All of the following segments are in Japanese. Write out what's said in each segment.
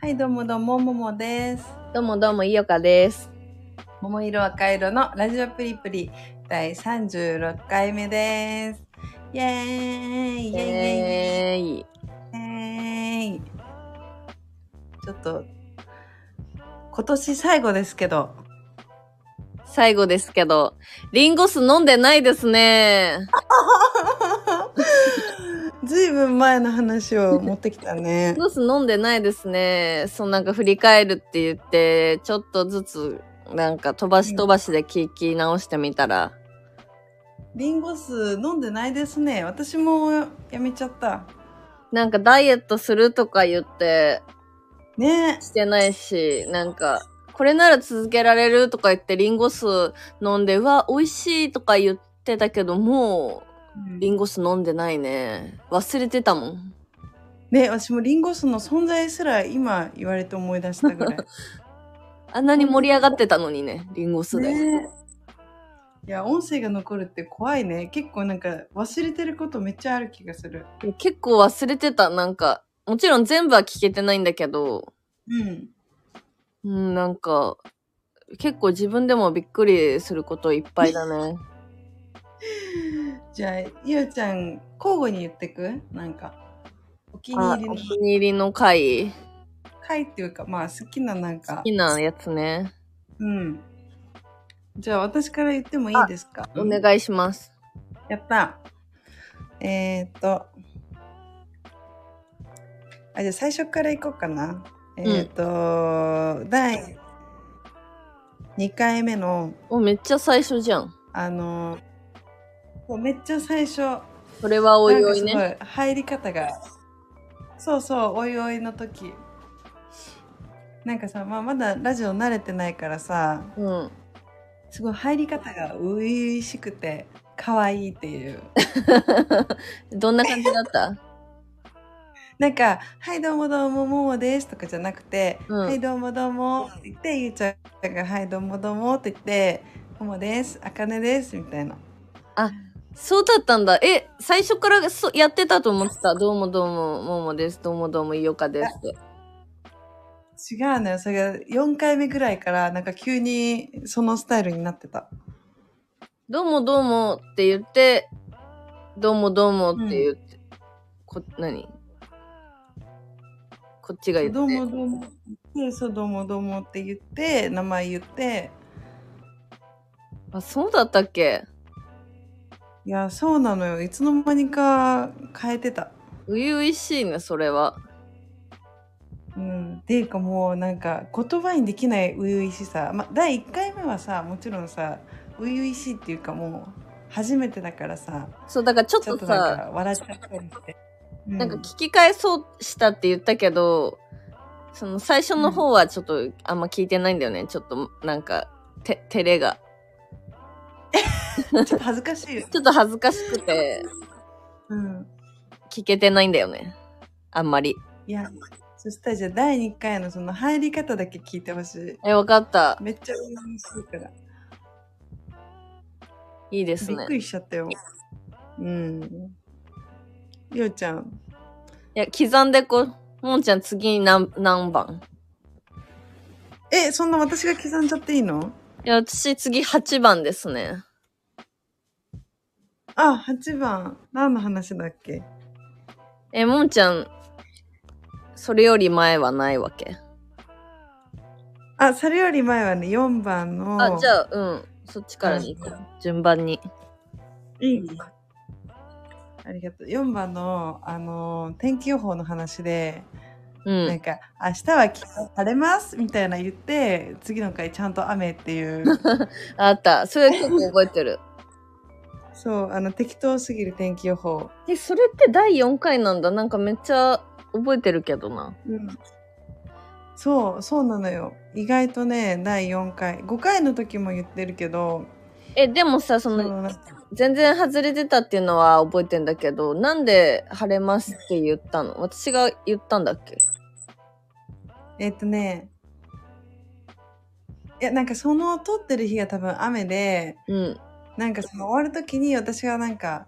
はい、どうもどうも、ももです。 どうもどうも、いよかです。 桃色赤色のラジオプリプリ第36回目です。イェーイイェイイェイイェイイェイ。ちょっと、今年最後ですけど。 最後ですけど、リンゴ酢飲んでないですね。 ずいぶん前の話を持ってきたね。 リンゴ酢飲んでないですね。なんか振り返るって言って、ちょっとずつ、なんか飛ばし飛ばしで聞き直してみたら。 リンゴ酢飲んでないですね。私もやめちゃった。 なんかダイエットするとか言って、 ね。 してないし、なんか、これなら続けられるとか言ってリンゴ酢飲んで、うわ、美味しいとか言ってたけど、もう、リンゴ酢飲んでないね。忘れてたもん。 ね、私もリンゴ酢の存在すら今言われて思い出したぐらい。 あんなに盛り上がってたのにね、リンゴ酢で。 ね。いや、音声が残るって怖いね。結構なんか忘れてることめっちゃある気がする。 結構忘れてた。なんか、もちろん全部は聞けてないんだけど、なんか、結構自分でもびっくりすることいっぱいだね。 じゃあ、ゆうちゃん、交互に言ってくなんか、お気に入りのお気に入りの回。 回っていうか、まあ好きななんか。 好きなやつね。 じゃあ私から言ってもいいですか？ お願いします。 やった。じゃあ最初から行こうかな。第2回目の、 めっちゃ最初じゃん。 めっちゃ最初。 それはおいおいね。 なんかすごい入り方が、そうそう、おいおいの時。なんかさ、まだラジオ慣れてないからさ、すごい入り方が初々しくて可愛いっていう。 どんな感じだった？ なんか、はいどうもどうもももですとかじゃなくて、はいどうもどうもって言って、ゆうちゃんがはいどうもどうもって言って、ももです、あかねですみたいな。 あ、そうだったんだ。最初からやってたと思ってた。どうもどうも、ももです。どうもどうも、いよかですって。 違うのよ。それが4回目ぐらいから、なんか急にそのスタイルになってた。 どうもどうもって言って、どうもどうもって言って、何こっちが言って。 どうもどうも。そう、どうもどうもって言って、名前言って。 あ、そうだったっけ？ いや、そうなのよ。いつの間にか変えてた。 初々しいね、それは。 っていうかもうなんか言葉にできない初々しさ。第1回目はさ、もちろんさ、初々しいっていうかもう初めてだからさ。 そう、だからちょっとなんさ、 か笑っちゃったりして。 なんか聞き返そうしたって言ったけど、その最初の方はちょっとあんま聞いてないんだよね。ちょっとなんか、照れが。 ちょっと恥ずかしいよ。 ちょっと恥ずかしくて、聞けてないんだよね。あんまり。 いや、そしたらじゃあ第2回のその入り方だけ聞いてほしい。 わかった。 めっちゃうまみしいから。 いいですね。 びっくりしちゃったよ。ようちゃん。 いや、刻んでもんちゃん次何番？ そんな私が刻んじゃっていいの？ いや、私次8番ですね。 8番。何の話だっけ？ もんちゃん、それより前はないわけ？ それより前はね、4番の。 じゃあ、そっちからに行こう。順番に。 いい？ありがとう。4番の、天気予報の話で、なんか、明日はきっと晴れますみたいな言って、次の回ちゃんと雨っていう。 あった。それ結構覚えてる。 そう、適当すぎる天気予報。 それって第4回なんだ。なんかめっちゃ覚えてるけどな。 そうなのよ。意外とね、第4回。5回の時も言ってるけど。 でもさ、全然外れてたっていうのは覚えてんだけど、なんで晴れますって言ったの？私が言ったんだっけ？ いや、なんかその撮ってる日が多分雨で、なんかその終わる時に私がなんか、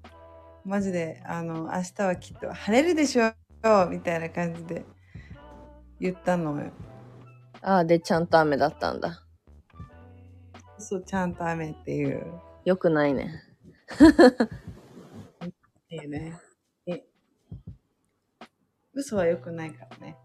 マジで、明日はきっと晴れるでしょみたいな感じで言ったのよ。 ああ、で、ちゃんと雨だったんだ。 そう、ちゃんと雨っていう。 よくないね。 いいね。嘘はよくないからね。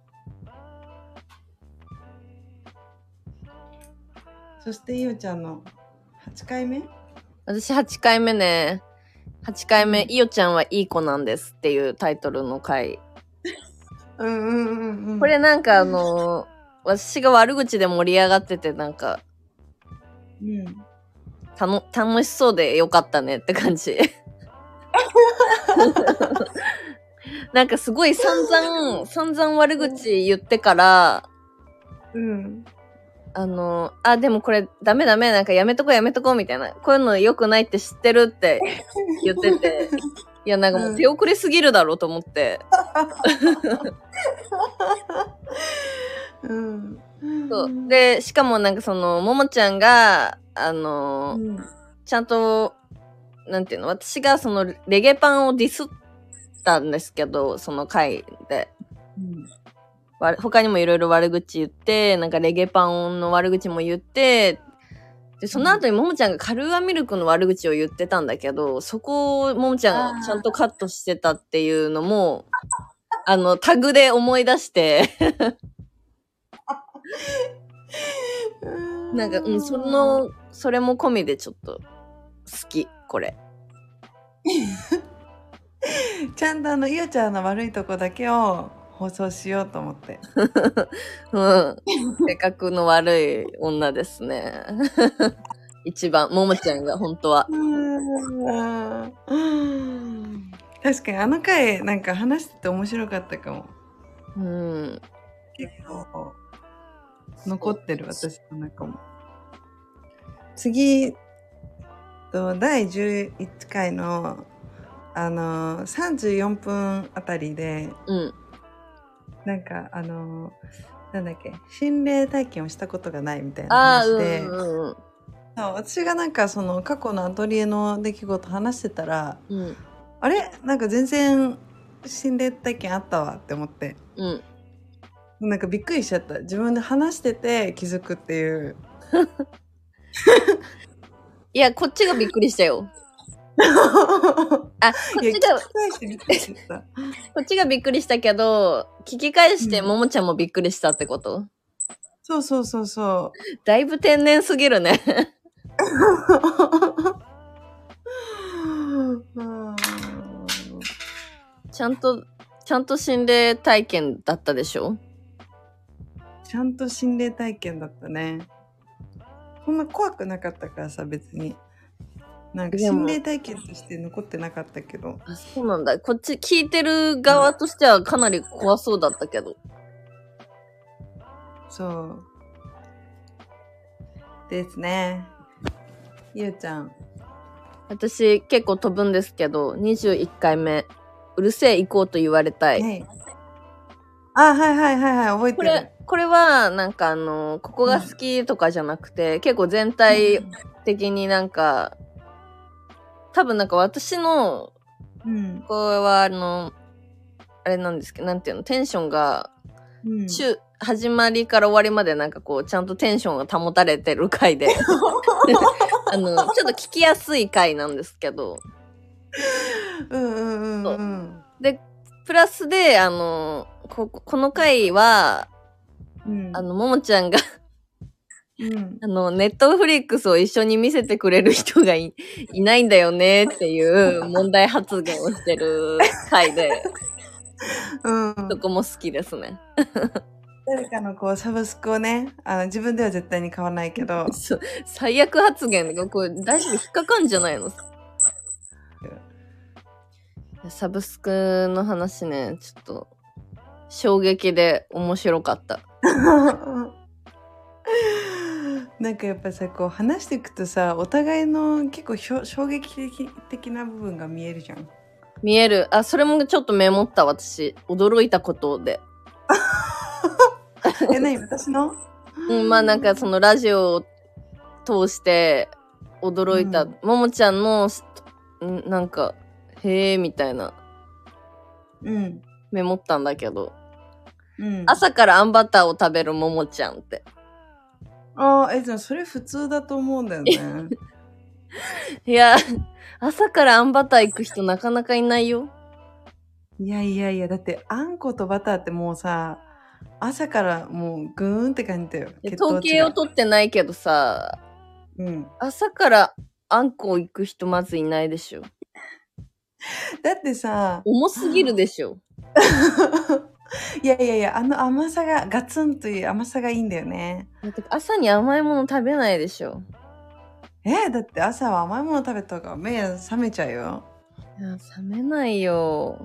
そしていおちゃんの8回目？ 私8回目ね。8回目、いおちゃんはいい子なんですっていうタイトルの回。これなんか私が悪口で盛り上がっててなんか、楽しそうでよかったねって感じ。なんかすごい散々悪口言ってから、でもこれダメ、なんかやめとこうみたいな。こういうの良くないって知ってるって言ってて。いや、なんかもう手遅れすぎるだろうと思って。そう。で、しかもなんかももちゃんが、ちゃんと、なんていうの、私がレゲパンをディスったんですけど、その回で。他にもいろいろ悪口言って、なんかレゲパンの悪口も言って、で、その後にももちゃんがカルーアミルクの悪口を言ってたんだけど、そこをももちゃんがちゃんとカットしてたっていうのも、タグで思い出して、なんか、それも込みでちょっと好き、これ。 ちゃんといおちゃんの悪いとこだけを放送しようと思って。 性格の悪い女ですね。一番、ももちゃんが本当は。 確かにあの回なんか話してて面白かったかも。結構残ってる私の中も。次第11回の34分あたりで、なんかなんだっけ、心霊体験をしたことがないみたいな話で、私がなんか過去のアトリエの出来事話してたら、あれなんか全然心霊体験あったわって思って、なんかびっくりしちゃった。自分で話してて気づくっていう。 いや、こっちがびっくりしたよ。こっちがびっくりしたけど、聞き返してももちゃんもびっくりしたってこと？ そう。 だいぶ天然すぎるね。ちゃんと心霊体験だったでしょ？ ちゃんと心霊体験だったね。そんな怖くなかったからさ、別に。なんか心霊体験として残ってなかったけど。 あ、そうなんだ。こっち聞いてる側としてはかなり怖そうだったけど。 そうですね。ゆうちゃん。 私結構飛ぶんですけど、21回目。うるせえ行こうと言われたい。 はい、覚えてる。 これは、なんかここが好きとかじゃなくて、結構全体的になんか、多分なんか私の、これはあれなんですけど、なんていうの、テンションが、始まりから終わりまでなんかこう、ちゃんとテンションが保たれてる回で、ちょっと聞きやすい回なんですけど、で、プラスで、この回は、ももちゃんがネットフリックスを一緒に見せてくれる人がいないんだよねっていう問題発言をしてる回で、そこも好きですね。 誰かのサブスクをね、自分では絶対に買わないけど。 最悪発言で、これ大丈夫引っかかんじゃないの？サブスクの話ね、ちょっと衝撃で面白かった。 なんかやっぱさ、こう話していくとさ、お互いの結構衝撃的な部分が見えるじゃん。 見える。それもちょっとメモった私。驚いたことで。 何私の？ まあなんかラジオを通して驚いた。ももちゃんの、なんか、へーみたいな。メモったんだけど。 うん。 朝からあんバターを食べるももちゃんって。 ああ、でもそれ普通だと思うんだよね。 いや、朝からあんバター行く人なかなかいないよ。 いやいやいや、だってあんことバターってもうさ、朝からもうグーンって感じだよ。 統計を取ってないけどさ、 うん。 朝からあんこ行く人まずいないでしょ。 だってさ、 重すぎるでしょ。 いやいやいや、あの甘さが、ガツンという甘さがいいんだよね。 朝に甘いもの食べないでしょ。 だって朝は甘いもの食べた方が目覚めちゃうよ。 いや、覚めないよ。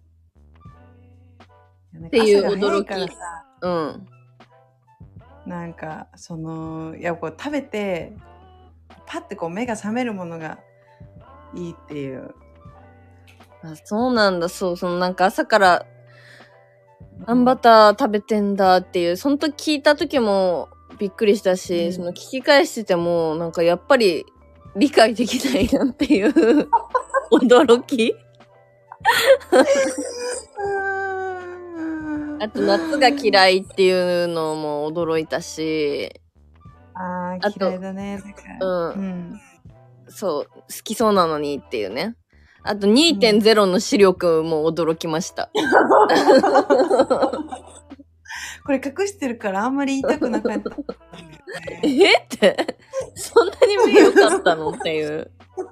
っていう驚き。うん。 なんか、いや、こう食べて、パッてこう目が覚めるものがいいっていう。 あ、そうなんだ。そう、なんか朝からあんバター食べてんだっていう、その時聞いた時もびっくりしたし、聞き返してても、なんかやっぱり理解できないなっていう驚きあと夏が嫌いっていうのも驚いたし、 あ嫌いだね。 うん。そう、好きそうなのにっていうね。あと 2.0 の視力も驚きました。 これ隠してるからあんまり言いたくなかった。 ってそんなに目良かったのっていう。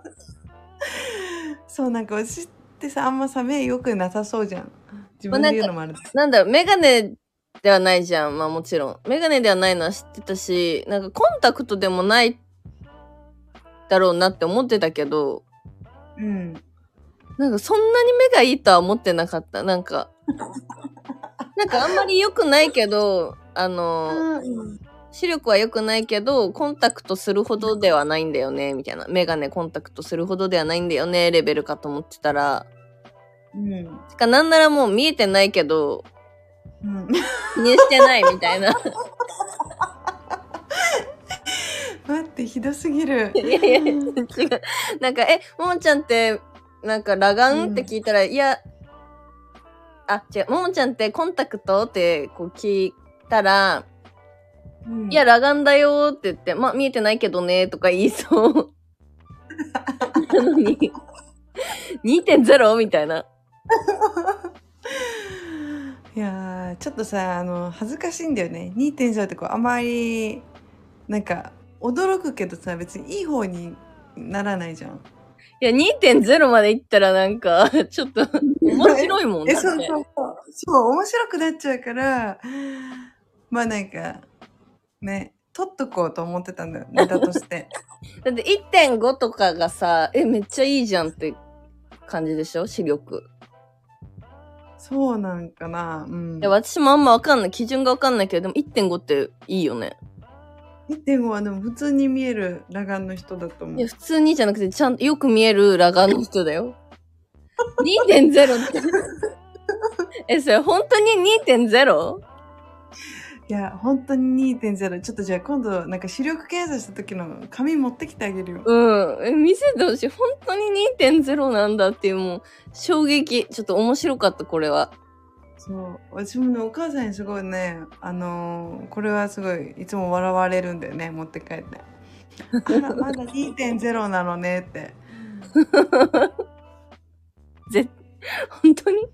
そう、なんか私ってさ、あんまさ、目良くなさそうじゃん。自分で言うのもある。 なんだろう、メガネではないじゃん。まあもちろん。メガネではないのは知ってたし、なんかコンタクトでもないだろうなって思ってたけど、 うん。 なんかそんなに目がいいとは思ってなかった。なんかあんまり良くないけど、視力は良くないけど、コンタクトするほどではないんだよね、みたいな。メガネコンタクトするほどではないんだよね、レベルかと思ってたら。 うん。 しかなんならもう見えてないけど、 うん、 気にしてないみたいな。 待って、ひどすぎる。 いやいや、違う。なんか、ももちゃんって、なんか裸眼って聞いたら、いや、違う、ももちゃんってコンタクトってこう聞いたら、いや、裸眼だよって言って、まあ、見えてないけどね、とか言いそう。なのに、2.0 みたいな。 いやー、ちょっとさ、恥ずかしいんだよね。2.0 ってこう、あまり、なんか、驚くけどさ、別にいい方にならないじゃん。 いや、2.0 までいったらなんか、ちょっと、面白いもんね。 そう、面白くなっちゃうから、まあなんか、ね、取っとこうと思ってたんだよ、ネタとして。 だって 1.5 とかがさ、めっちゃいいじゃんって感じでしょ、視力。 そうなんかな。うん。 いや、私もあんまわかんない。基準がわかんないけど、でも 1.5 っていいよね。 1.5 はでも普通に見える裸眼の人だと思う。 いや、普通にじゃなくて、ちゃんとよく見える裸眼の人だよ。2.0 って。それ本当に 2.0？ いや、本当に 2.0。ちょっとじゃあ今度、なんか視力検査した時の紙持ってきてあげるよ。 うん。見せてほしい。本当に 2.0 なんだっていう、もう、衝撃。ちょっと面白かった、これは。 そう。私もね、お母さんにすごいね、これはすごい、いつも笑われるんだよね、持って帰って。まだ 2.0 なのねって。 本当に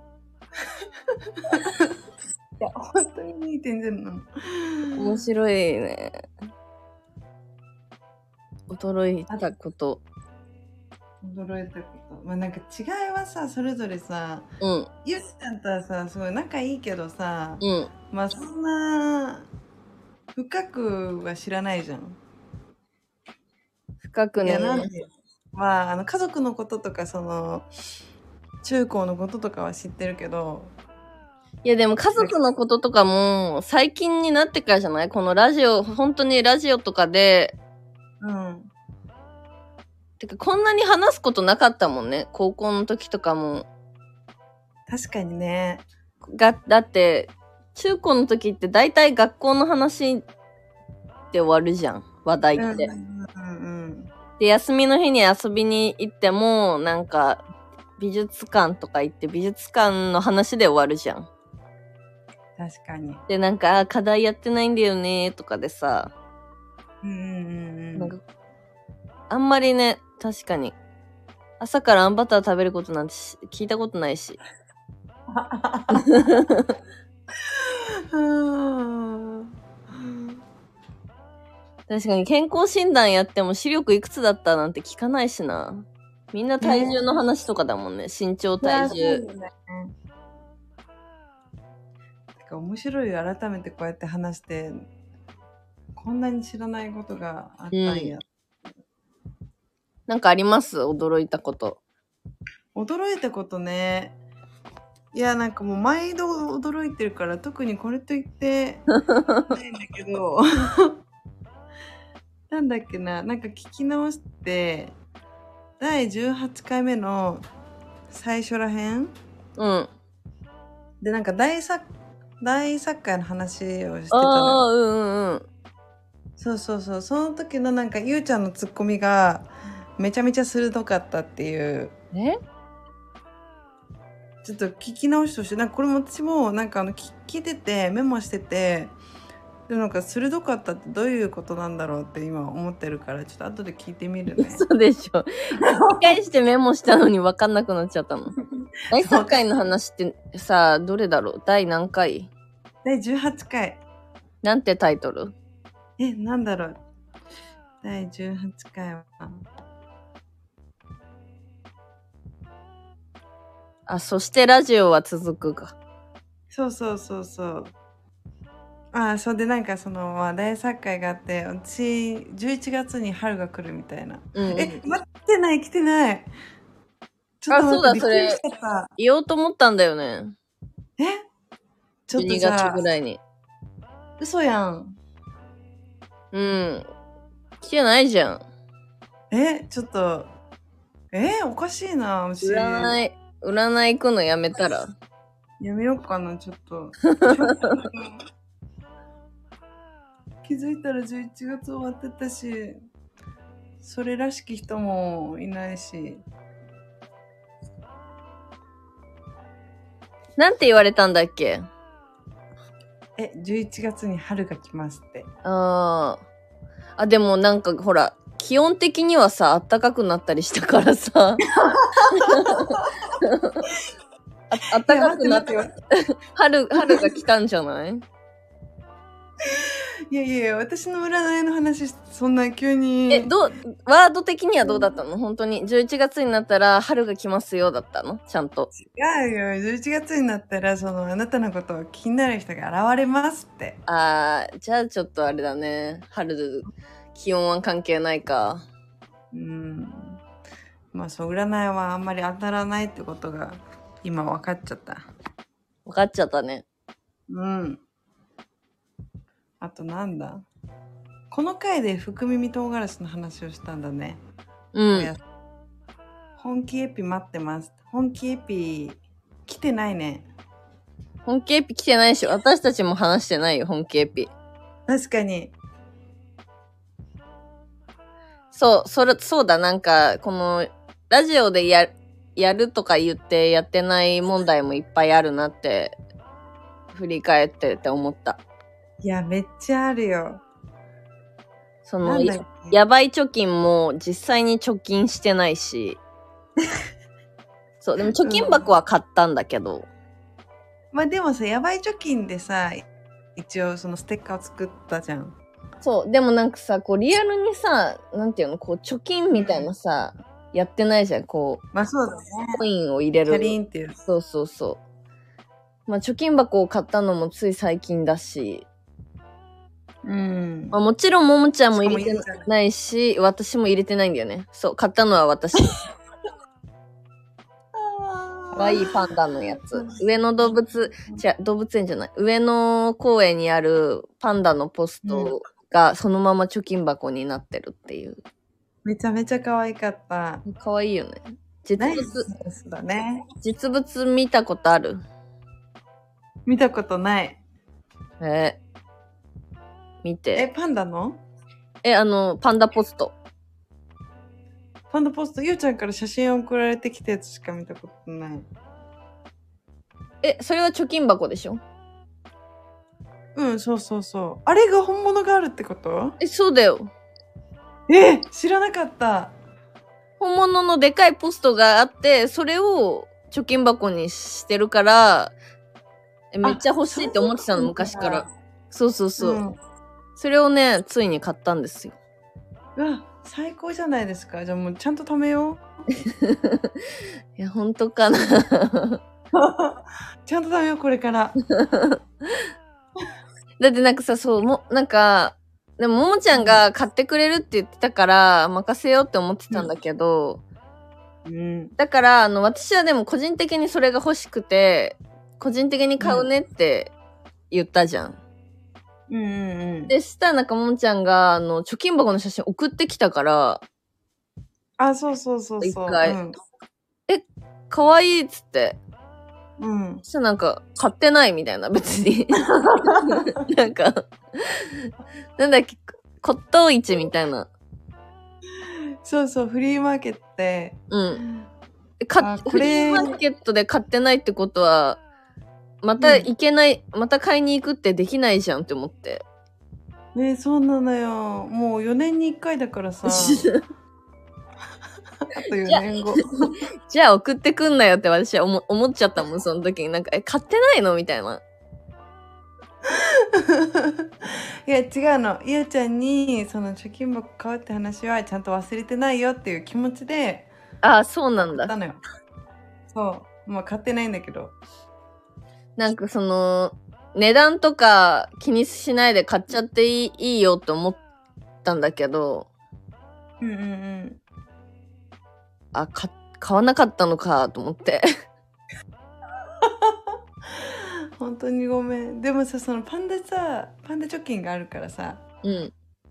いや、本当に 2.0 なの。 面白いね。驚いたこと。 驚いたこと。まあなんか違いはさ、それぞれさ、ゆっちゃんとはさ、すごい仲いいけどさ、まあそんな、深くは知らないじゃん。 深くね。 いや、なんで、まあ、家族のこととか、中高のこととかは知ってるけど。 いやでも家族のこととかも最近になってからじゃない？このラジオ、本当にラジオとかで。てかこんなに話すことなかったもんね。高校の時とかも。 確かにね。 だって、中高の時って大体学校の話で終わるじゃん。話題って。で、休みの日に遊びに行っても、なんか、美術館とか行って美術館の話で終わるじゃん。 確かに。 で、なんか、課題やってないんだよね、とかでさ、 なんか、あんまりね、確かに、朝からあんバター食べることなんて聞いたことないし。確かに健康診断やっても視力いくつだったなんて聞かないしな。みんな体重の話とかだもんね。身長、体重。 面白いよ。改めてこうやって話して、こんなに知らないことがあったんや。 なんかあります？驚いたこと。 驚いたことね。いや、なんかもう毎度驚いてるから、特にこれといってないんだけど、なんだっけな、なんか聞き直して、第18回目の最初らへんで、なんか大作家の話をしてたの。そうそうそう。その時のなんかゆうちゃんのツッコミがめちゃめちゃ鋭かったっていう。ちょっと聞き直してほしい。なんかこれも私もなんか聞いててメモしてて、でもなんか鋭かったってどういうことなんだろうって今思ってるから、ちょっと後で聞いてみるね。 そうでしょ。繰り返してメモしたのに分かんなくなっちゃったの。大作会の話ってさ、どれだろう？第何回？ 第18回。 なんてタイトル？ なんだろう。第18回は。 そしてラジオは続くか。 そうそうそうそう。そうで、なんか大作会があって、私、11月に春が来るみたいな。待ってない、来てない。 ちょっとそうだ、それ、言おうと思ったんだよね。 ちょっと 2月ぐらいに。 嘘やん。 来てないじゃん。 ちょっと、おかしいな、 占い行くのやめたら。 やめようかな、ちょっと。気づいたら11月終わってたし、それらしき人もいないし。 なんて言われたんだっけ ？11月に春が来ますって。 でもなんかほら、気温的にはさ、暖かくなったりしたからさ。暖かくなって、春が来たんじゃない？ いや、私の占いの話、そんな急に。 ワード的にはどうだったの？本当に。11月になったら春が来ますよだったの？ちゃんと。 違うよ。11月になったら、あなたのことを気になる人が現れますって。 じゃあちょっとあれだね。春、気温は関係ないか。 まあ、占いはあんまり当たらないってことが、今分かっちゃった。 分かっちゃったね。 あとなんだ？この回で福耳唐辛子の話をしたんだね。本気エピ待ってます。本気エピ来てないね。 本気エピ来てないし、私たちも話してないよ、本気エピ。 確かに。 そうだ、なんか、この、ラジオでやるとか言ってやってない問題もいっぱいあるなって、振り返ってて思った。 いや、めっちゃあるよ。 やばい貯金も実際に貯金してないし。そう、でも貯金箱は買ったんだけど。 まあでもさ、やばい貯金でさ、一応そのステッカーを作ったじゃん。 そう、でもなんかさ、こうリアルにさ、なんていうの、こう貯金みたいなさ、やってないじゃん、こう。 まあそうだね。 コインを入れる。 キャリンっていう。 そう。まあ貯金箱を買ったのもつい最近だし。まあ、もちろんももちゃんも入れてないし、私も入れてないんだよね。そう、買ったのは私。かわいいパンダのやつ。上野動物園じゃない。上野公園にあるパンダのポストがそのまま貯金箱になってるっていう。 めちゃめちゃ可愛かった。 可愛いよね。 実物だね。 実物見たことある？ 見たことない。 見て。 パンダの？ パンダポスト。 パンダポスト、ゆうちゃんから写真送られてきたやつしか見たことない。 それは貯金箱でしょ？ うん、そうそうそう。あれが本物があるってこと？ そうだよ。 知らなかった。 本物のでかいポストがあって、それを貯金箱にしてるから、めっちゃ欲しいって思ってたの、昔から。そうそうそう。うん、それをね、ついに買ったんですよ。 うわ、最高じゃないですか。じゃあもうちゃんと貯めよう。 いや、本当かな。 ちゃんと貯めよう、これから。 だってなんかさ、そう、なんか、でも、ももちゃんが買ってくれるって言ってたから、任せようって思ってたんだけど、うん。だから、私はでも個人的にそれが欲しくて、個人的に買うねって言ったじゃん。うんうんうん。で、したらなんかももちゃんが、貯金箱の写真送ってきたから、 あ、そうそうそうそう。一回。うん、かわいいっつって。うん。そしたらなんか、買ってないみたいな、別に。なんか、なんだっけ、骨董市みたいな。 そうそう、フリーマーケットで。うん。 フリーマーケットで買ってないってことは、また行けない、また買いに行くってできないじゃんって思って。 ね、そうなのよ。もう4年に1回だからさ。あと4年後。 じゃあ送ってくんなよって私は思っちゃったもん、その時に。なんか、買ってないのみたいな。 いや、違うの。ゆうちゃんに、その貯金箱買うって話はちゃんと忘れてないよっていう気持ちで。 ああ、そうなんだ。 買ったのよ。そう。まあ、買ってないんだけど。 なんかその、値段とか気にしないで買っちゃっていいよって思ったんだけど。うんうんうん。あ、買わなかったのかと思って。 本当にごめん。でもさ、そのパンダ貯金があるからさ。うん。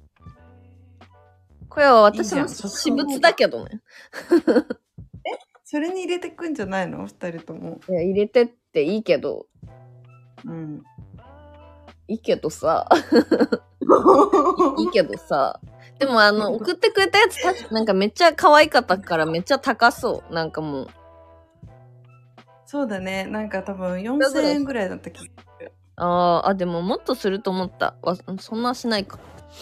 これは私の私物だけどね。 それに入れてくんじゃないの？二人とも。 いや、入れてっていいけど。うん。いいけどさ。いいけどさ。でも送ってくれたやつなんかめっちゃ可愛かったからめっちゃ高そう。なんかもう。 そうだね。なんか多分4000円ぐらいだった気がする。 でももっとすると思った。そんなしないか。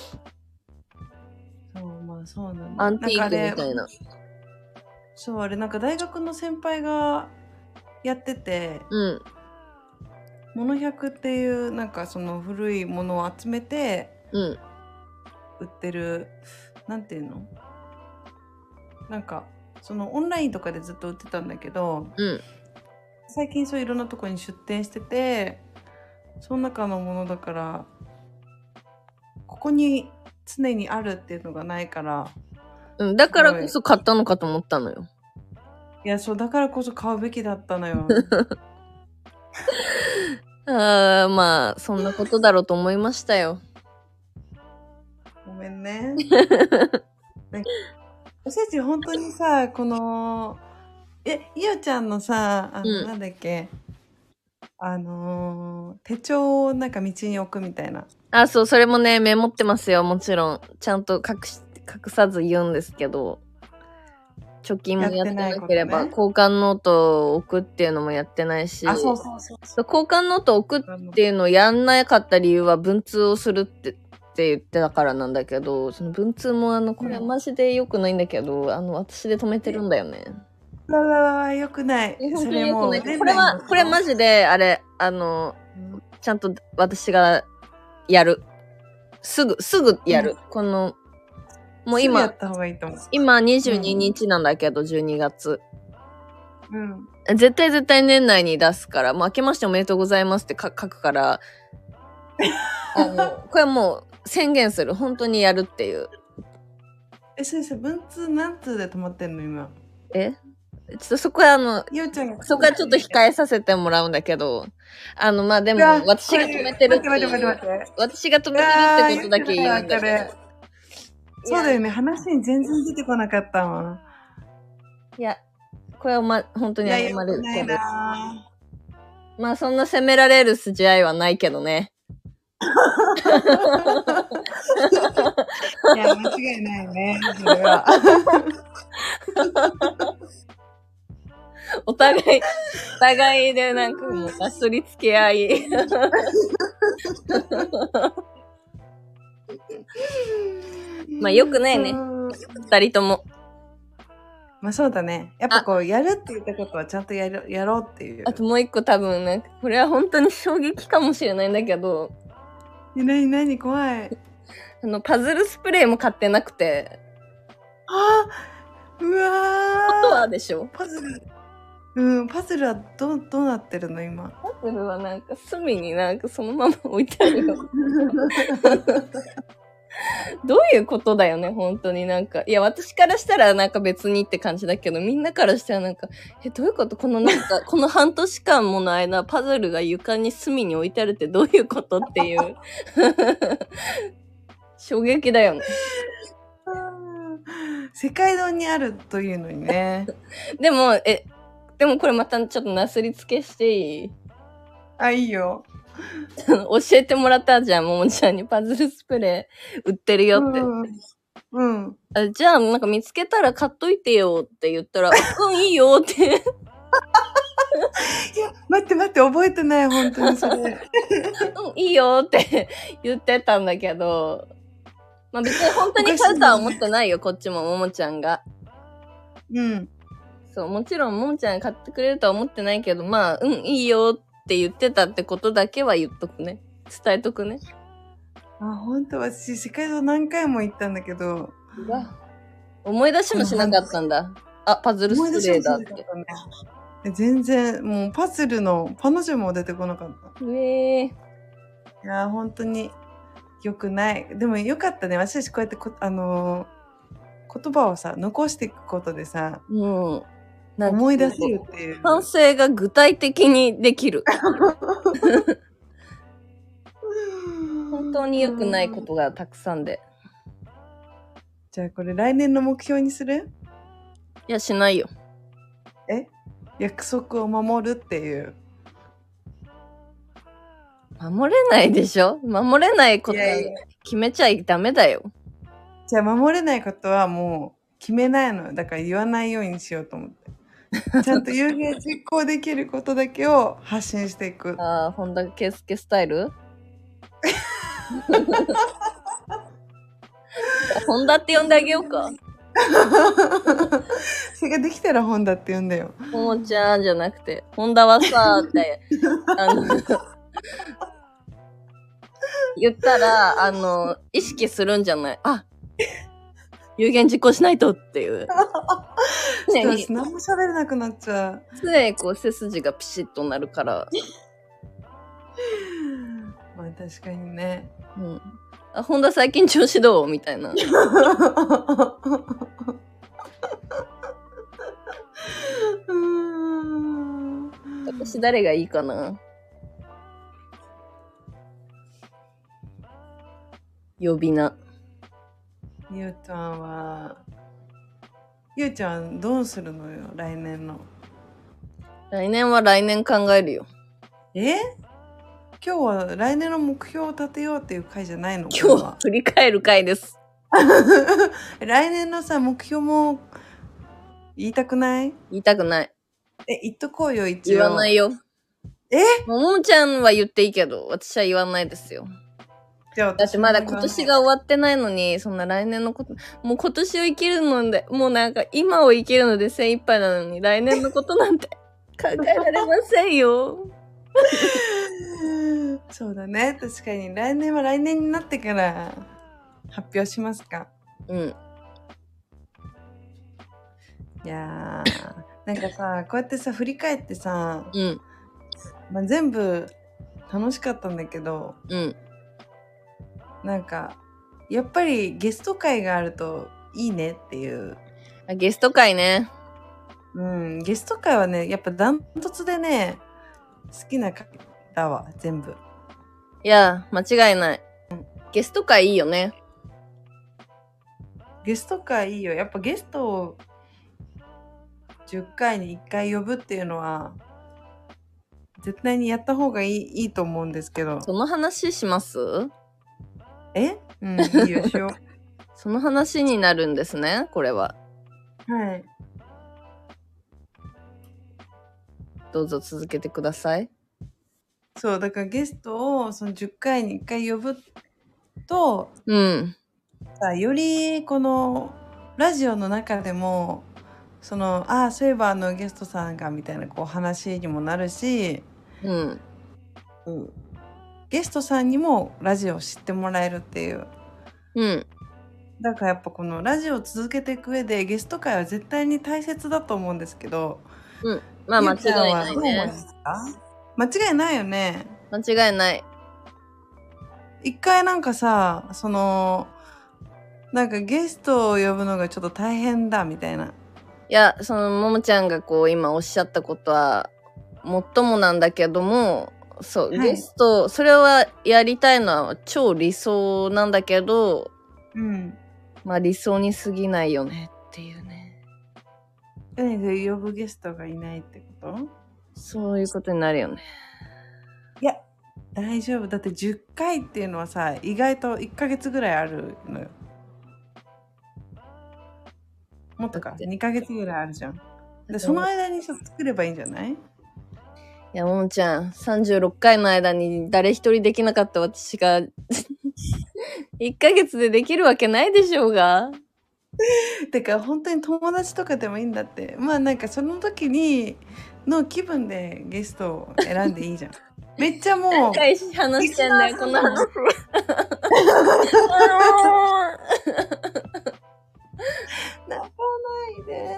そう、まあそうなんだ。アンティークみたいな。 そう、あれなんか大学の先輩がやってて、うん。モノ100っていうなんかその古いものを集めて、うん。売ってる、なんていうの？なんかそのオンラインとかでずっと売ってたんだけど、うん。最近そういろんなとこに出店してて、その中のものだからここに常にあるっていうのがないから、 うん、だからこそ買ったのかと思ったのよ。 いや、そうだからこそ買うべきだったのよ。 まあそんなことだろうと思いましたよ。 ごめんね。私たち本当にさ、このいおちゃんのさ、なんだっけ、手帳をなんか道に置くみたいな。 そう、それもね、メモってますよ、もちろん。ちゃんと隠さず言うんですけど。貯金もやってなければ、交換ノートを置くっていうのもやってないし。 そう。 交換ノートを置くっていうのをやんなかった理由は文通をするって言ってたからなんだけど、その文通もこれマジで良くないんだけど、私で止めてるんだよね。 よくない。 それもこれマジで、あれ、ちゃんと私がやる。すぐやる。この、もう今、 やった方がいいと思う。 今22日なんだけど、12月。うん。絶対年内に出すから、もう明けましておめでとうございますって書くから、これもう宣言する。本当にやるっていう。 先生、文通何通で止まってんの今。 ちょっとそこはそこはちょっと控えさせてもらうんだけど、まあでも、私が止めてるっていう。私が止めてるってことだけ言うんだけど。 そうだよね。話に全然出てこなかったもん。 いや、これは本当に謝るけど。まあそんな責められる筋合いはないけどね。 いや、間違いないね。それは。 お互いでなんかもうかすりつけ合い。 まあよくないね。二人とも。 まあそうだね。やっぱこう、やるって言ったことはちゃんとやろうっていう。 あともう一個多分ね、これは本当に衝撃かもしれないんだけど。 何怖い。 パズルスプレーも買ってなくて。 あうわー。 ことはでしょ？ パズル。パズルはどうなってるの今。 パズルはなんか隅になんかそのまま置いてあるよ。どういうことだよね、本当になんか。いや、私からしたらなんか別にって感じだけど、みんなからしたらなんか、どういうこと？このなんか、この半年間もの間、パズルが床に隅に置いてあるってどういうことっていう。衝撃だよね。 世界堂にあるというのにね。 でもこれまたちょっとなすりつけしていい？ あ、いいよ。 教えてもらったじゃん、ももちゃんにパズルスプレー売ってるよって。じゃあ、なんか見つけたら買っといてよって言ったら、いいよって。いや、 待って、覚えてない、本当にそれ。 いいよって言ってたんだけど、まあ別に本当に買うとは思ってないよ、こっちもももちゃんが。そう、もちろんももちゃん買ってくれるとは思ってないけど、まあ、いいよって言ってたってことだけは言っとくね。伝えとくね。 あ、本当私、世界堂何回も行ったんだけど。 思い出しもしなかったんだ。あ、パズルスプレーだって。 全然、もうパズルのパの字も出てこなかった。いや、本当に良くない。でも良かったね。私こうやって言葉をさ、残していくことでさ、思い出せるっていう。 反省が具体的にできる。本当に良くないことがたくさんで。 じゃあこれ来年の目標にする？ いや、しないよ。 約束を守るっていう。 守れないでしょ？守れないことは決めちゃダメだよ。 じゃあ守れないことはもう決めないの。だから言わないようにしようと思って。ちゃんと有言実行できることだけを発信していく。 ああ、本田圭佑スタイル本田って呼んであげようか。 それができたら本田って呼んだよ。 ももちゃんじゃなくて、本田はさ、って言ったら、意識するんじゃない？あ、有言実行しないとっていう。 何も喋れなくなっちゃう。 常にこう背筋がピシッとなるから。 まあ確かにね。 あ、本田最近調子どう？みたいな。私誰がいいかな？呼び名。 ゆうちゃんは、ゆうちゃんどうするのよ、来年の。 来年は来年考えるよ。 今日は来年の目標を立てようっていう回じゃないの？ 今日は振り返る回です。 来年のさ、目標も言いたくない？ 言いたくない。 言っとこうよ、一応。 言わないよ。ももちゃんは言っていいけど、私は言わないですよ。だってまだ今年が終わってないのに、そんな来年のこと、もう今年を生きるので、もうなんか今を生きるので精一杯なのに、来年のことなんて考えられませんよ。 そうだね。確かに。来年は来年になってから発表しますか。いやー、なんかさ、こうやってさ、振り返ってさ、まあ、全部楽しかったんだけど、なんか、やっぱりゲスト会があるといいねっていう。 ゲスト会ね。 ゲスト会はね、やっぱダントツでね、好きな回だわ、全部。 いや、間違いない。ゲスト会いいよね。 ゲスト会いいよ。やっぱゲストを10回に1回呼ぶっていうのは、絶対にやった方がいいと思うんですけど。 その話します？ いいよ、しよう。 その話になるんですね、これは。 はい。 どうぞ続けてください。 そう、だからゲストをその10回に1回呼ぶと、 うん。 さ、よりこのラジオの中でも、その、ああ、そういえばゲストさんがみたいなこう話にもなるし、 うん。 ゲストさんにもラジオを知ってもらえるっていう。 うん。 だからやっぱこのラジオを続けていく上でゲスト会は絶対に大切だと思うんですけど、 うん。まあ間違ゆうちゃんいないはどう思いまね。 すか？間違いないよね。 間違いない。 一回なんかさ、なんかゲストを呼ぶのがちょっと大変だみたいな。 いや、そのももちゃんがこう今おっしゃったことはもっともなんだけども、そう、 はいゲスト、それはやりたいのは超理想なんだけど、 うん。 まあ理想に過ぎないよねっていうね。 呼ぶゲストがいないってこと？ そういうことになるよね。 いや、大丈夫。だって10回っていうのはさ、意外と1ヶ月ぐらいあるのよ。もっとか、2ヶ月ぐらいあるじゃん。で、その間にさ、作ればいいんじゃない？ いや、ももちゃん、36回の間に誰一人できなかった私が、1ヶ月でできるわけないでしょうが。 てか、本当に友達とかでもいいんだって。まあなんかその時の気分でゲストを選んでいいじゃん。めっちゃもう。 何回話してんだよ、この話。 泣かないで。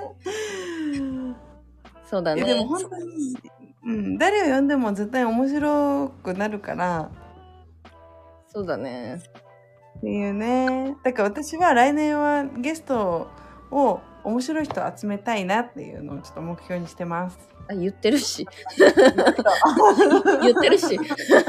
そうだね。 でも本当に、誰を呼んでも絶対面白くなるから。 そうだね。 っていうね。だから私は来年はゲストを面白い人を集めたいなっていうのをちょっと目標にしてます。 あ、言ってるし。言ってるし。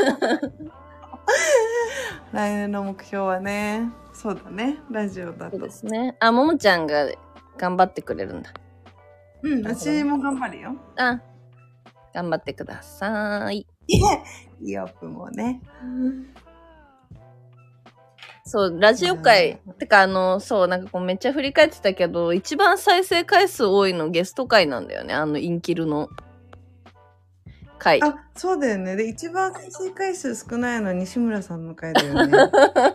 来年の目標はね、そうだね、ラジオだと。 そうですね。あ、ももちゃんが頑張ってくれるんだ。 うん、私も頑張るよ。 あ、頑張ってください。 イオプもね。 そう、ラジオ界、てかそう、なんかこうめっちゃ振り返ってたけど、一番再生回数多いのゲスト回なんだよね。インキルの回。 あ、そうだよね。で、一番再生回数少ないのは西村さんの回だよね。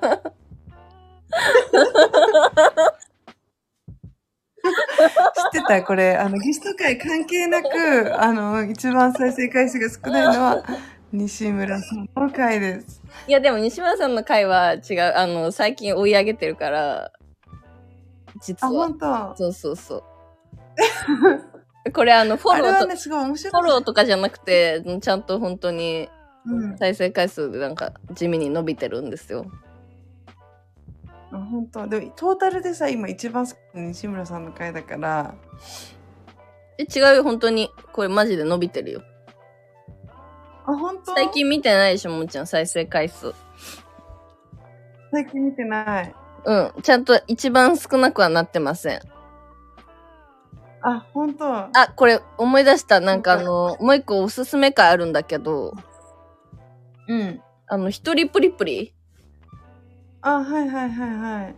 知ってた？これ、ゲスト回関係なく、一番再生回数が少ないのは西村さんの回です。 いや、でも西村さんの回は違う。最近追い上げてるから、実は。 あ、本当。 そうそうそう。これフォローと、 ね、すごい面白い。 フォローとかじゃなくて、ちゃんと本当に再生回数でなんか地味に伸びてるんですよ。 あ、本当。でもトータルでさ、今一番好きな西村さんの回だから。 違うよ、本当に。これマジで伸びてるよ。 あ、本当？ 最近見てないでしょ、もんちゃん、再生回数。 最近見てない。 うん、ちゃんと一番少なくはなってません。 あ、本当。 あ、これ思い出した。なんかもう一個おすすめ回あるんだけど。 うん。 一人プリプリ。 あ、はいはいはいはい。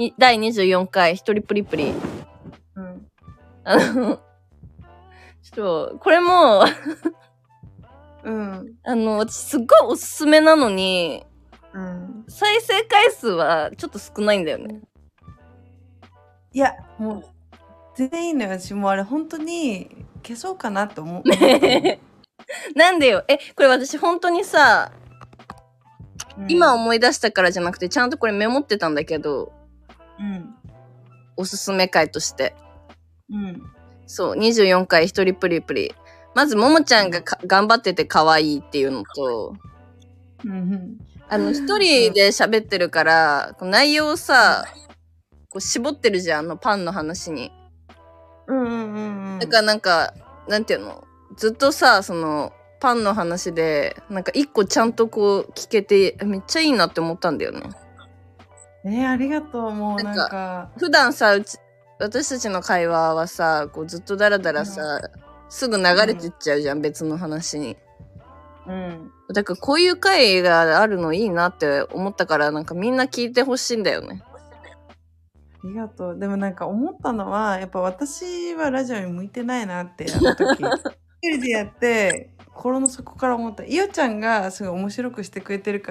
第24回、一人プリプリ。 うん。 ちょっと、これも、 うん。 私すっごいおすすめなのに、 うん。 再生回数はちょっと少ないんだよね。 いや、もう、全然いいのよ。私もうあれ本当に消そうかなって思う。 なんでよ。これ私本当にさ、今思い出したからじゃなくて、ちゃんとこれメモってたんだけど、おすすめ回として。そう、24回一人プリプリ。まず、ももちゃんが頑張ってて可愛いっていうのと、一人で喋ってるから、内容をさ、こう絞ってるじゃん、パンの話に。だからなんか、なんていうの、ずっとさ、パンの話で、なんか一個ちゃんとこう聞けて、めっちゃいいなって思ったんだよね。 ありがとう、もうなんか。 普段さ、私たちの会話はさ、こうずっとダラダラさ、すぐ流れてっちゃうじゃん、別の話に。だからこういう会があるのいいなって思ったから、なんかみんな聞いてほしいんだよね。 ありがとう。でもなんか思ったのは、やっぱ私はラジオに向いてないなって、あの時。一人でやって、 心の底から思った。いおちゃんがすごい面白くしてくれてるから、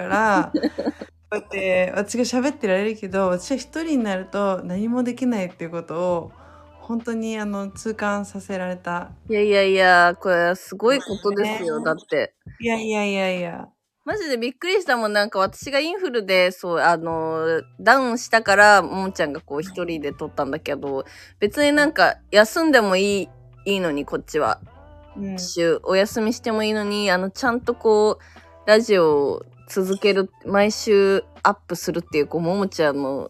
こうやって私が喋ってられるけど、私は一人になると何もできないっていうことを、本当に痛感させられた。 いやいやいや、これすごいことですよ、だって。 いやいやいやいや。 マジでびっくりしたもん。なんか私がインフルで、そう、ダウンしたから、ももちゃんがこう一人で撮ったんだけど、別になんか休んでもいいのに、こっちは。お休みしてもいいのに、ちゃんとこう、ラジオを続ける、毎週アップするっていう、こう、ももちゃんの、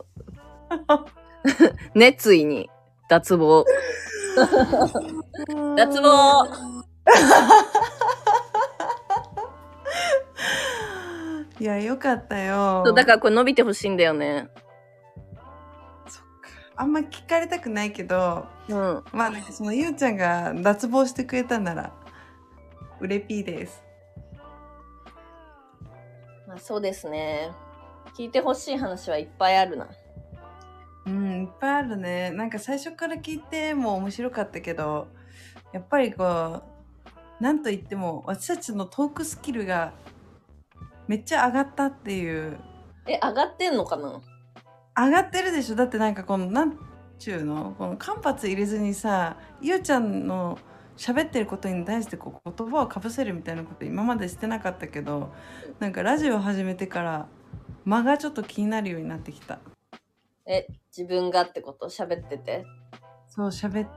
熱意に、脱帽。脱帽いや、よかったよ。 そう、だからこれ伸びてほしいんだよね。 そっか。あんま聞かれたくないけど、 うん。 まあ、なんかそのゆうちゃんが脱帽してくれたなら、うれぴーです。 まあそうですね。聞いてほしい話はいっぱいあるな。 うん、いっぱいあるね。なんか最初から聞いても面白かったけど、やっぱりこう、なんといっても私たちのトークスキルがめっちゃ上がったっていう。 上がってんのかな？ 上がってるでしょ。だってなんかこの、なんちゅうの、この間髪入れずにさ、ゆうちゃんの喋ってることに対してこう言葉をかぶせるみたいなこと今までしてなかったけど、なんかラジオ始めてから間がちょっと気になるようになってきた。 自分がってこと？喋ってて。 そう、喋って。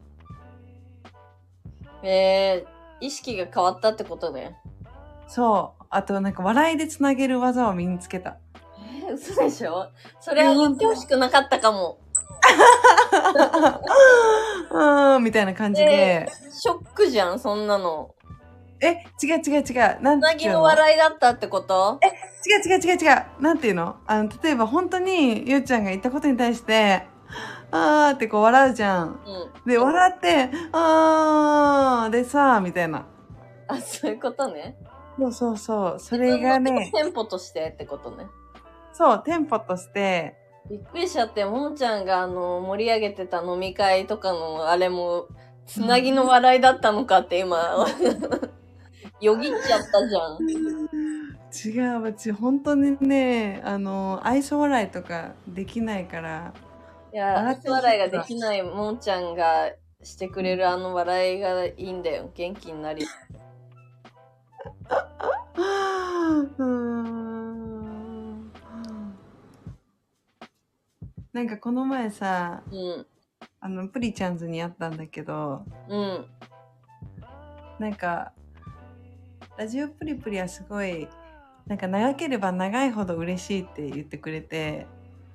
意識が変わったってことね。 そう。あとなんか笑いでつなげる技を身につけた。 嘘でしょ？それは言ってほしくなかったかも。 みたいな感じで。 ショックじゃん、そんなの。 違う。なんていうの？ つなぎの笑いだったってこと？ 違う。なんていうの？例えば本当にゆうちゃんが言ったことに対して、あーってこう笑うじゃん。で、笑って、でさ、みたいな。 あ、そういうことね。 そう。それがね。 テンポとしてってことね。 そう、テンポとして。 びっくりしちゃって、ももちゃんが盛り上げてた飲み会とかのあれも、つなぎの笑いだったのかって今、よぎっちゃったじゃん。 違う、私本当にね、愛想笑いとかできないから。 いや、愛想笑いができないもんちゃんがしてくれる笑いがいいんだよ。元気になり。 なんかこの前さ、プリちゃんズに会ったんだけど、なんか、ラジオプリプリはすごい、なんか長ければ長いほど嬉しいって言ってくれて、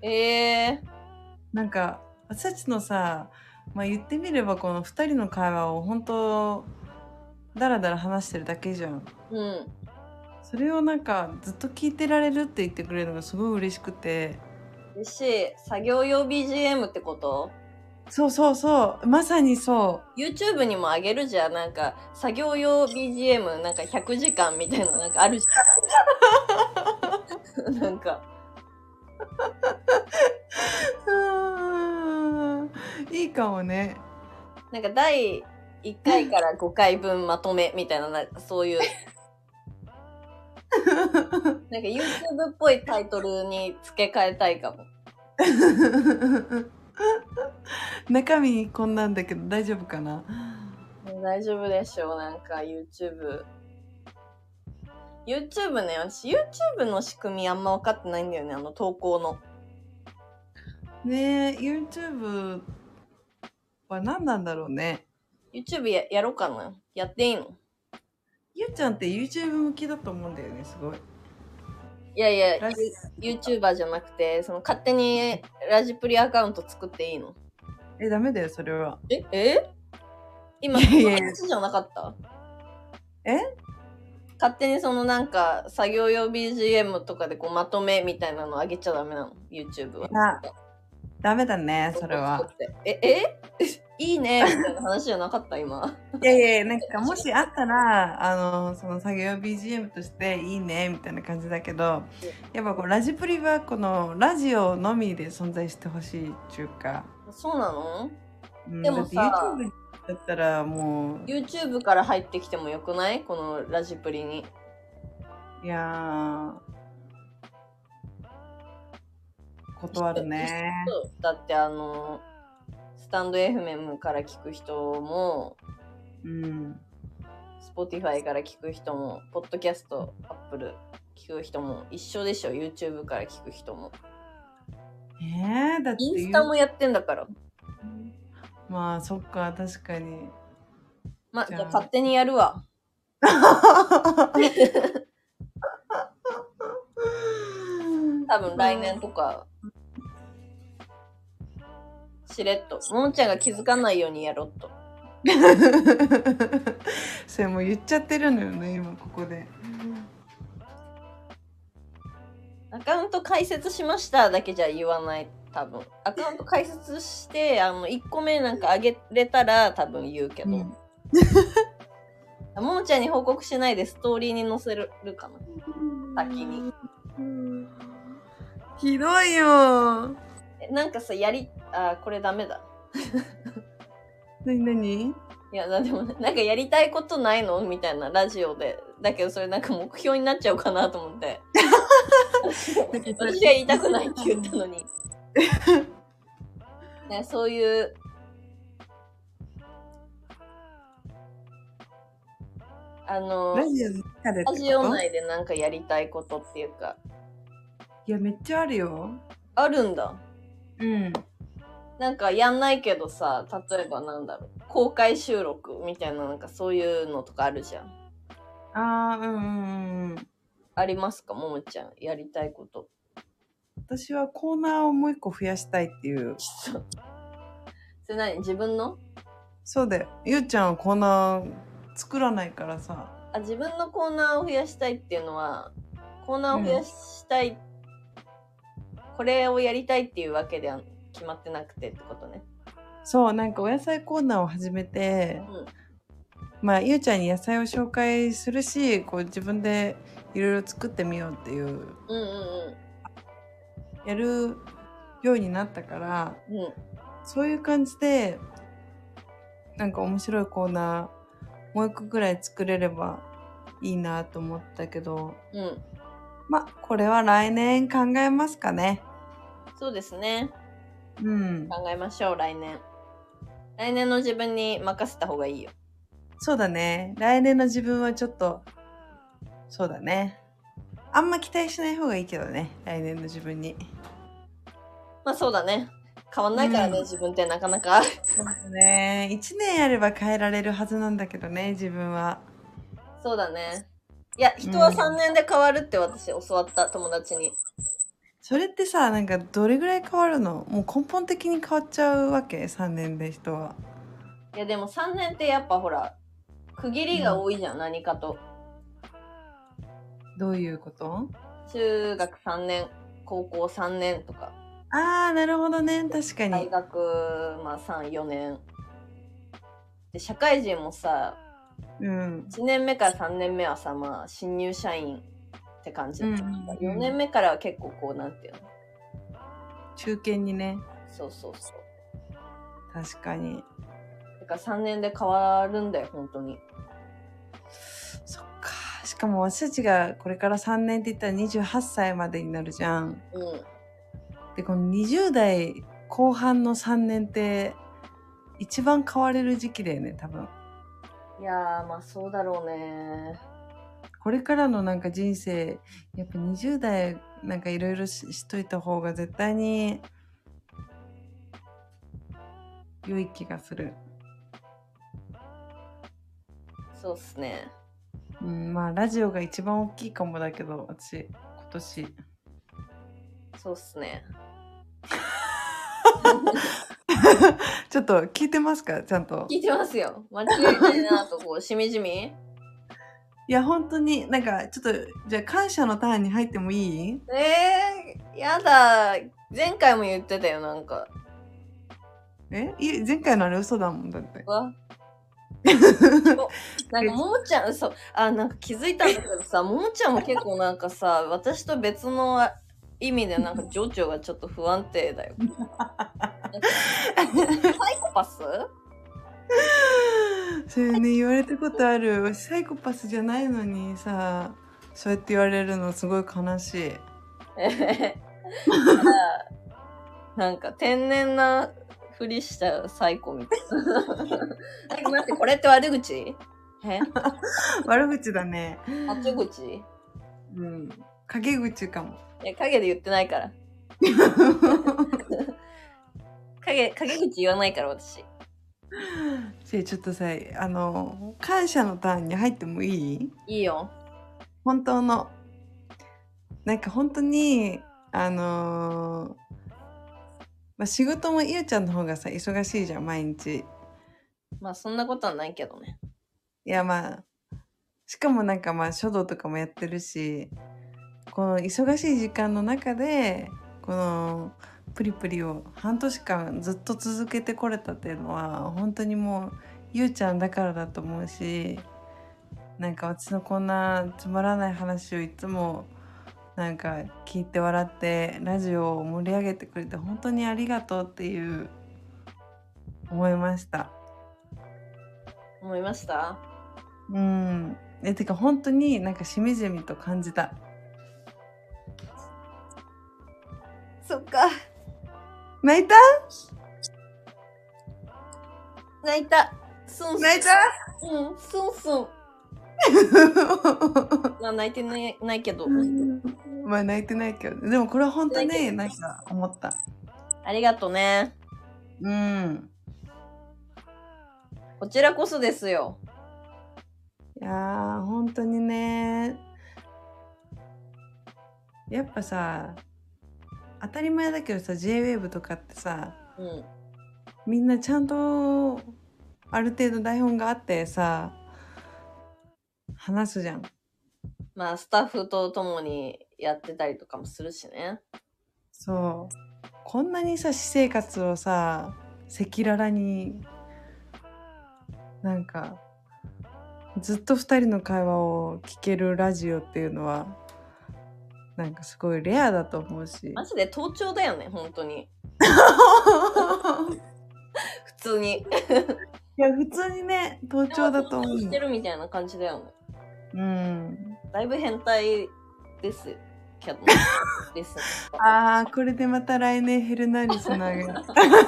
なんか、私たちのさ、まあ言ってみればこの2人の会話を本当、だらだら話してるだけじゃん。それをなんかずっと聞いてられるって言ってくれるのがすごい嬉しくて。 嬉しい。作業用 BGM ってこと？ そう。まさにそう。 YouTube にもあげるじゃん。なんか、作業用 BGM なんか100時間みたいななんかあるじゃん。なんか。 いいかもね。 なんか第1回から5回分まとめみたいな、なんかそういう。なんか YouTube っぽいタイトルに付け替えたいかも。 中身こんなんだけど大丈夫かな？ 大丈夫でしょう。なんか YouTube ね、私 YouTube の仕組みあんま分かってないんだよね、投稿の。 ねえ、YouTube は何なんだろうね。 YouTube やろうかな。やっていいの？ ゆうちゃんって YouTube 向きだと思うんだよね、すごい。 いや、YouTuber じゃなくて、その勝手にラジプリアカウント作っていいの？ ダメだよ、それは。 今、その話じゃなかった？勝手にそのなんか、作業用 BGM とかでこうまとめみたいなのあげちゃダメなの？ YouTube は。 ダメだね、それは。 いいねみたいな話じゃなかった今。 いや、なんかもしあったら、その作業 BGM としていいねみたいな感じだけど、やっぱこうラジプリはこのラジオのみで存在してほしいっていうか。 そうなの？ でもさ、 だったらもう。 YouTube から入ってきてもよくない？このラジプリに。 いや断るね。 だってスタンド FM から聞く人も、Spotify から聞く人も、ポッドキャスト、Apple 聞く人も一緒でしょ。 YouTube から聞く人も。 だってインスタもやってんだから。 まあそっか、確かに。 まあじゃあ勝手にやるわ。多分来年とか、しれっとももちゃんが気づかないようにやろっと。 それもう言っちゃってるのよね、今ここで。 アカウント開設しましただけじゃ言わない。多分アカウント開設して1個目なんかあげれたら多分言うけど、ももちゃんに報告しないでストーリーに載せるかな、先に。 ひどいよ。 なんかさ、これダメだ。 何？ いや、でも、なんかやりたいことないのみたいな、ラジオで。だけど、それなんか目標になっちゃうかなと思って。私が言いたくないって言ったのに。ね、そういう、 ラジオ内でなんかやりたいことっていうか。 いや、めっちゃあるよ。 あるんだ。 うん。 なんかやんないけどさ、例えばなんだろう、公開収録みたいな、なんかそういうのとかあるじゃん。ありますか、ももちゃん、やりたいこと。 私はコーナーをもう一個増やしたいっていう。 それ何？自分の？ そうだよ。ゆうちゃんはコーナー作らないからさ。 自分のコーナーを増やしたいっていうのは、コーナーを増やしたい、これをやりたいっていうわけでは決まってなくてってことね。 そう、なんかお野菜コーナーを始めて、まあゆうちゃんに野菜を紹介するし、こう自分でいろいろ作ってみようっていう、やるようになったから、そういう感じでなんか面白いコーナーもう一個ぐらい作れればいいなと思ったけど、まあこれは来年考えますかね。 そうですね。 考えましょう。来年の自分に任せた方がいいよ。 そうだね。来年の自分はちょっと、そうだね。あんま期待しない方がいいけどね。来年の自分に。 まあそうだね。変わんないからね、自分ってなかなか。 そうだね。1年やれば変えられるはずなんだけどね、自分は。 そうだね。いや、人は3年で変わるって私教わった、友達に。 それってさ、なんかどれぐらい変わるの？もう根本的に変わっちゃうわけ？ 3 年で人は。 いやでも3年ってやっぱほら、区切りが多いじゃん、何かと。 どういうこと？ 中学3年、高校3年とか。 なるほどね。確かに。 大学、まあ3、4年。で、社会人もさ、1年目から3年目はさ、まあ新入社員って感じだった。4年目からは結構こう、なんていうの？ 中堅にね。 そうそうそう。 確かに。 だから3年で変わるんだよ、本当に。 そっか。しかも私たちがこれから3年って言ったら28歳までになるじゃん。で、この20代後半の3年って一番変われる時期だよね、多分。 いやー、まあそうだろうね。 これからのなんか人生、やっぱ20代なんかいろいろしといた方が絶対に良い気がする。 そうっすね。 まあラジオが一番大きいかもだけど、私今年。 そうっすね。 ちょっと聞いてますか？ちゃんと。 聞いてますよ。間違いないなとこうしみじみ。 いや本当になんかちょっとじゃあ感謝のターンに入ってもいい？ やだ。前回も言ってたよ、なんか。 前回のあれ嘘だもんだって。 なんかももちゃん嘘。なんか気づいたんだけどさ、ももちゃんも結構なんかさ、私と別の意味でなんか情緒がちょっと不安定だよ。サイコパス？ それね、言われたことある。私サイコパスじゃないのにさ、そうやって言われるのすごい悲しい。 なんか天然なふりしたサイコみたいな。待って、これって悪口？ 悪口だね。 悪口？ うん。陰口かも。 いや、陰で言ってないから。陰口言わないから、私。 ちょっとさ、感謝のターンに入ってもいい？ いいよ。 本当の。なんか本当に、仕事もゆうちゃんの方がさ、忙しいじゃん、毎日。 まあ、そんなことはないけどね。 いや、しかもなんか書道とかもやってるし、この忙しい時間の中で、このプリプリを半年間ずっと続けてこれたっていうのは、本当にもう、ゆうちゃんだからだと思うし、なんか私のこんなつまらない話をいつもなんか聞いて笑ってラジオを盛り上げてくれて本当にありがとうっていう思いました。 思いました？ てか本当になんかしみじみと感じた。 そっか。 泣いた？ 泣いた。 泣いた？ うん、スンスン。まあ泣いてないけど。 泣いてないけど。でもこれは本当になんか思った。 ありがとね。こちらこそですよ。 いやー、本当にね。やっぱさ、当たり前だけどさ、J-Wave とかってさ、みんなちゃんとある程度台本があってさ、話すじゃん。 まあスタッフと共にやってたりとかもするしね。 そう。こんなにさ、私生活をさ、赤裸々になんかずっと2人の会話を聞けるラジオっていうのはなんかすごいレアだと思うし。 マジで盗聴だよね、本当に。普通に。 いや、普通にね、盗聴だと思う。 してるみたいな感じだよね。 だいぶ変態ですけど。ですああ、これでまた来年減るなリスナーが。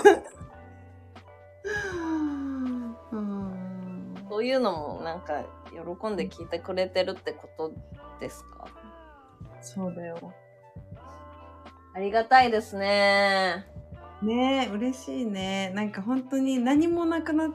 そういうのもなんか喜んで聞いてくれてるってことですか？ そうだよ。 ありがたいですね。 ねえ、嬉しいね。なんか本当に何もなくなって、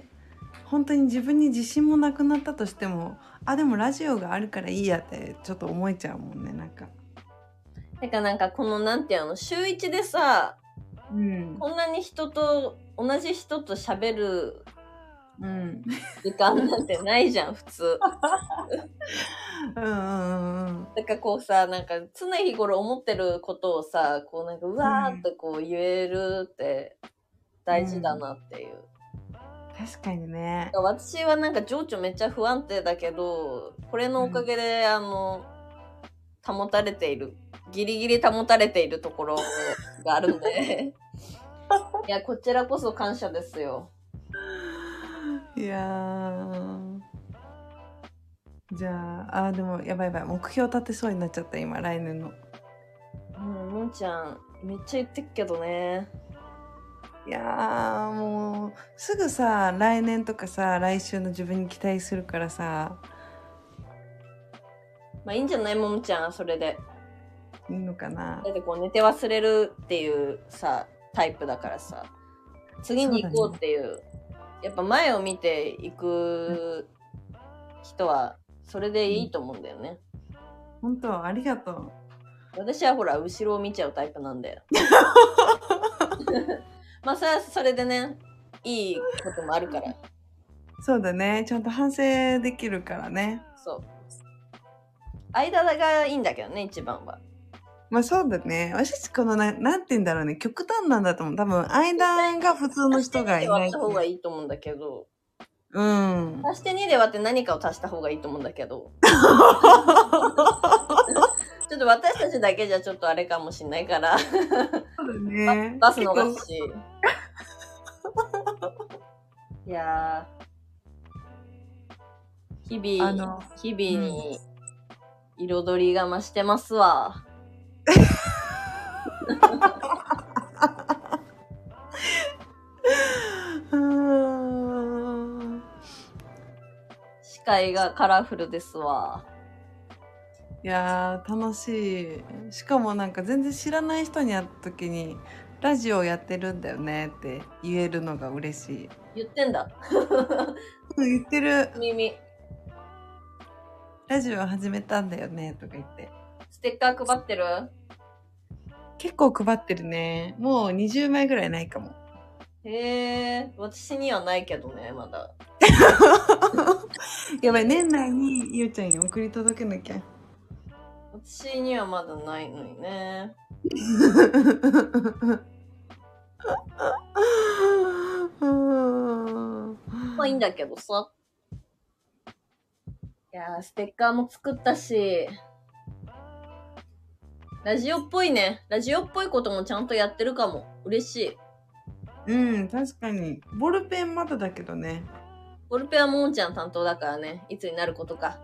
本当に自分に自信もなくなったとしても、でもラジオがあるからいいやってちょっと思えちゃうもんね、なんか。 なんかこのなんていうの、週1でさ、こんなに同じ人と喋る時間なんてないじゃん、普通。だからこうさ、なんか常日頃思ってることをさ、こうなんかうわーってこう言えるって大事だなっていう。 確かにね。 私はなんか情緒めっちゃ不安定だけど、これのおかげで保たれている、ギリギリ保たれているところがあるんでいや、こちらこそ感謝ですよ。 いやー、じゃあ、でもやばい目標立てそうになっちゃった今、来年の。 もんちゃんめっちゃ言ってっけどね。 いやー、もうすぐさ、来年とかさ、来週の自分に期待するからさ。 まあいいんじゃない、もんちゃん、それで。 いいのかな。 だってこう寝て忘れるっていうさ、タイプだからさ、次に行こうっていう、やっぱ前を見ていく人はそれでいいと思うんだよね。 本当、ありがとう。 私はほら後ろを見ちゃうタイプなんでまあさ、それでね、いいこともあるから。 そうだね、ちゃんと反省できるからね。 そう、間がいいんだけどね、一番は。 まあそうだね。私このなんて言うんだろうね、極端なんだと思う。多分間が普通の人がいない。 足して2で割った方がいいと思うんだけど。足して2で割って何かを足した方がいいと思うんだけど。ちょっと私たちだけじゃちょっとあれかもしんないから。 そうだね。 バス逃すし。 いやー、日々に彩りが増してますわ。視界がカラフルですわ。 いやー、楽しい。しかもなんか全然知らない人に会った時に、ラジオやってるんだよねって言えるのが嬉しい。 言ってんだ。 言ってる。 耳。 ラジオ始めたんだよねとか言って。 ステッカー配ってる？ 結構配ってるね。もう20枚ぐらいないかも。 へえ、私にはないけどね、まだ。 やばい、年内にゆうちゃんに送り届けなきゃ。 私にはまだないのにね。まあいいんだけどさ。いやー、ステッカーも作ったし、ラジオっぽいね。ラジオっぽいこともちゃんとやってるかも。嬉しい。 うん、確かに。ボールペンまだだけどね。 ボールペンはもんちゃん担当だからね。いつになることか。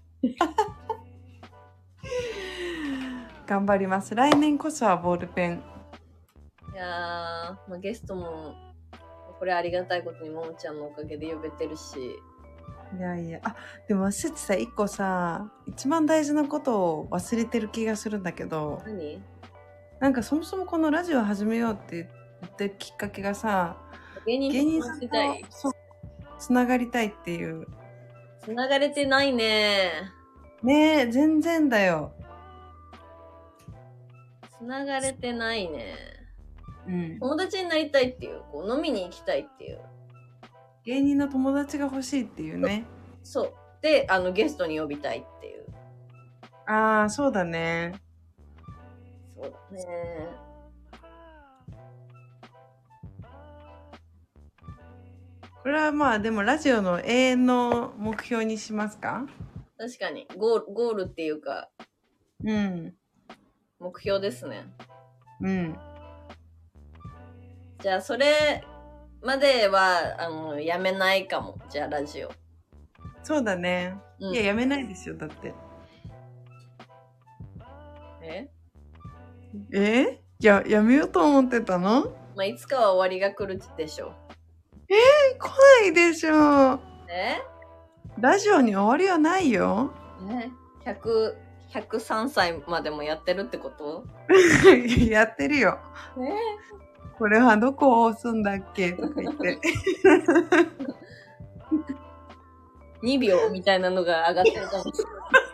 頑張ります。来年こそはボールペン。 いやー、まあ、ゲストも、これありがたいことにもんちゃんのおかげで呼べてるし。 いやいや、あ、でも私ってさ、一個さ、一番大事なことを忘れてる気がするんだけど、 何？ なんかそもそもこのラジオ始めようって言ってるきっかけがさ、 芸人さんとそうつながりたいっていう。 つながれてないね。 ねえ、全然だよ。 つながれてないね。 うん。 友達になりたいっていう、こう飲みに行きたいっていう。 芸人の友達が欲しいっていうね。 そう。で、ゲストに呼びたいっていう。 ああ、そうだね。 そうだね。 これはまあでもラジオの永遠の目標にしますか？ 確かにゴールっていうか、 うん。 目標ですね。 うん。 じゃあ、それまでは、やめないかも。じゃあ、ラジオ。 そうだね。 うん、 いや、やめないですよ、だって。やめようと思ってたの？ まあ、いつかは終わりが来るでしょ。 来ないでしょ。ラジオに終わりはないよ。 103歳までもやってるってこと？ やってるよ。これはどこを押すんだっけとか言って。 2秒みたいなのが上がってるかもしれない。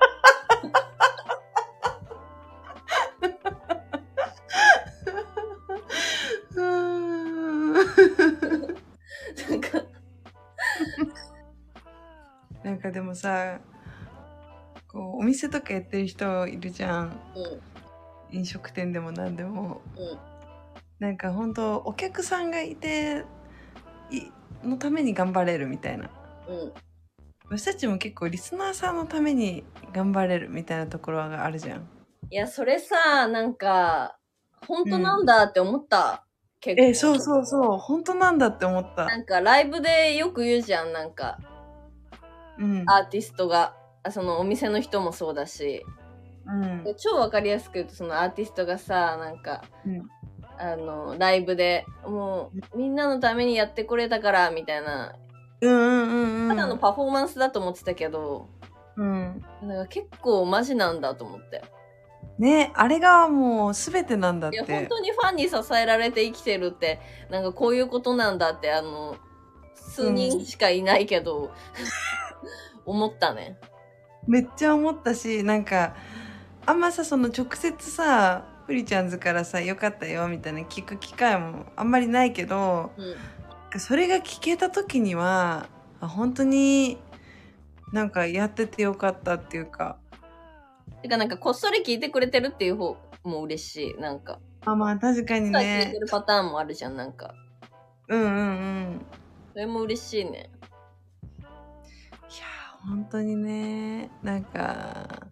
なんかでもさ、こうお店とかやってる人いるじゃん。飲食店でも何でも。なんか本当お客さんがいてのために頑張れるみたいな。私たちも結構リスナーさんのために頑張れるみたいなところがあるじゃん。 いや、それさ、なんか、本当なんだって思った。 結構。そうそうそう。本当なんだって思った。 なんかライブでよく言うじゃん、なんか。アーティストが。そのお店の人もそうだし。超わかりやすく言うと、そのアーティストがさ、なんか、ライブでもうみんなのためにやってこれたからみたいな、ただのパフォーマンスだと思ってたけど、なんか結構マジなんだと思ってね。あれがもう全てなんだって。 いや本当にファンに支えられて生きてるってなんかこういうことなんだって数人しかいないけど、思ったね。 めっちゃ思ったし、なんかあんまさ、その直接さプリちゃんズからさ、よかったよみたいな聞く機会もあんまりないけど、それが聞けた時には本当になんかやっててよかったっていうか、 てかなんかこっそり聞いてくれてるっていう方も嬉しい。なんかまあ確かにね、 聞いてるパターンもあるじゃん。なんかそれも嬉しいね。 いや本当にね。なんか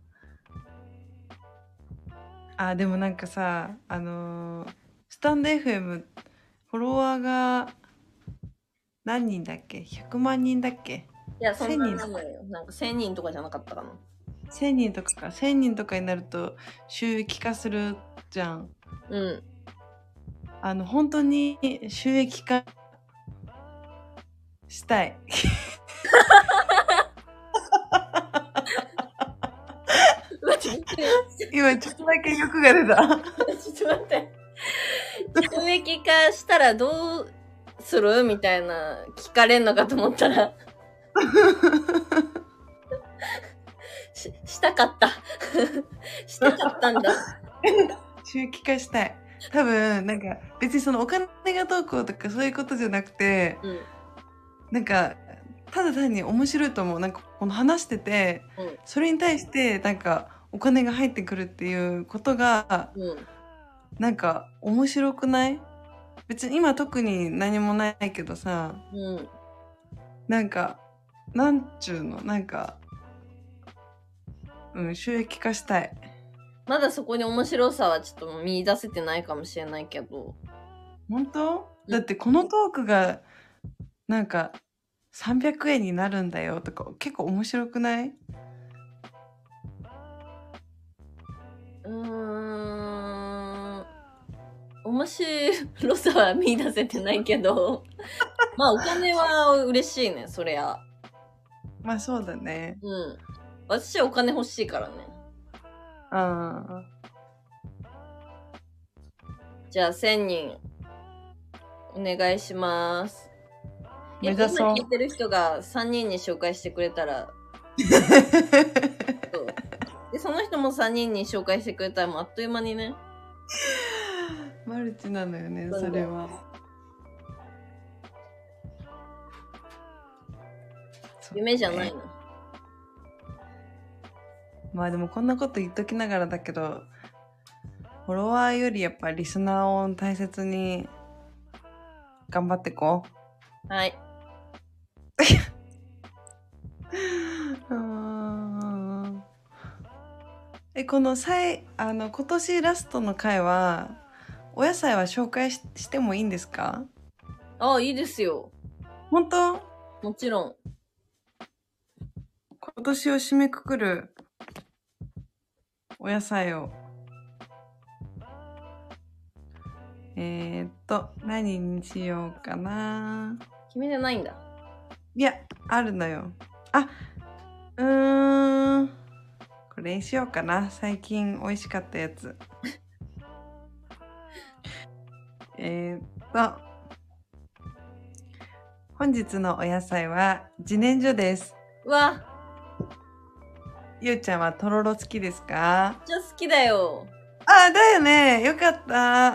でもなんかさ、スタンド FM フォロワーが何人だっけ ?100 万人だっけ？ いや、そんなのよ。なんか1000人とかじゃなかったかな。 1000人とかか。1000人とかになると収益化するじゃん。 うん。 本当に収益化したい。今ちょっとだけ欲が出た。 ちょっと待って。収益化したらどうするみたいな聞かれんのかと思ったらしたかったしたかったんだ。 収益化したい。多分なんか別にそのお金がどうこうとかそういうことじゃなくて、 うん、 なんかただ単に面白いと思う。なんかこの話してて、 うん、 それに対してなんかお金が入ってくるっていうことが、 うん、 なんか面白くない？別に今特に何もないけどさ、 うん、 なんかなんちゅうの、なんか収益化したい。 まだそこに面白さはちょっと見出せてないかもしれないけど。 本当？だってこのトークがなんか300円になるんだよとか結構面白くない？ 面白さは見出せてないけどまあお金は嬉しいね、そりゃ。 まあそうだね。 うん。私はお金欲しいからね。 ああ。 じゃあ1000人お願いします。 目指そう。 今聞いてる人が3人に紹介してくれたらそうでその人も3人に紹介してくれたらもうあっという間にね。 マルチなのよね、それは。 夢じゃないの。 まあでもこんなこと言っときながらだけど、フォロワーよりやっぱリスナーを大切に頑張ってこう。はい。 この今年ラストの回はお野菜は紹介してもいいんですか？ ああ、いいですよ。 本当？ もちろん。 今年を締めくくるお野菜を。何にしようかな。 決めてないんだ。 いや、あるのよ。これにしようかな。最近美味しかったやつ。本日のお野菜は自然薯です。 うわ。 ゆうちゃんはとろろ好きですか？ めっちゃ好きだよ。 あ、だよね。よかった。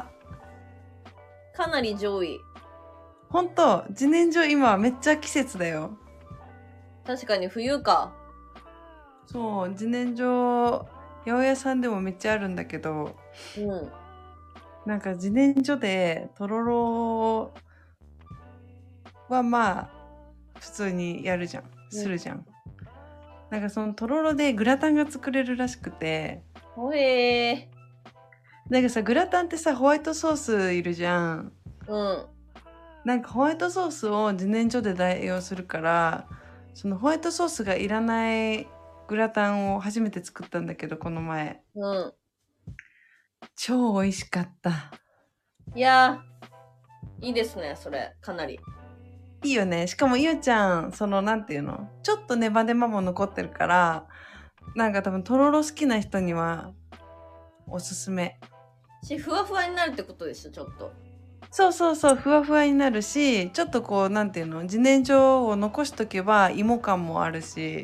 かなり上位。 ほんと、自然薯今めっちゃ季節だよ。 確かに冬か。 そう、自然薯、八百屋さんでもめっちゃあるんだけど、 うん。 なんか自然薯でとろろはまあ、普通にやるじゃん。するじゃん。なんかそのとろろでグラタンが作れるらしくて。 ほえー。 なんかさ、グラタンってさ、ホワイトソースいるじゃん。 うん。 なんかホワイトソースを自然薯で代用するから、そのホワイトソースがいらないグラタンを初めて作ったんだけど、この前。 うん。 超美味しかった。 いやー、いいですね、それ。かなり。 いいよね。しかもゆうちゃん、なんていうの？ちょっとネバネバも残ってるから、なんか多分とろろ好きな人にはおすすめ。 ふわふわになるってことでしょ、ちょっと。 そうそうそう、ふわふわになるし、ちょっとこう、なんていうの？自然薯を残しとけば芋感もあるし、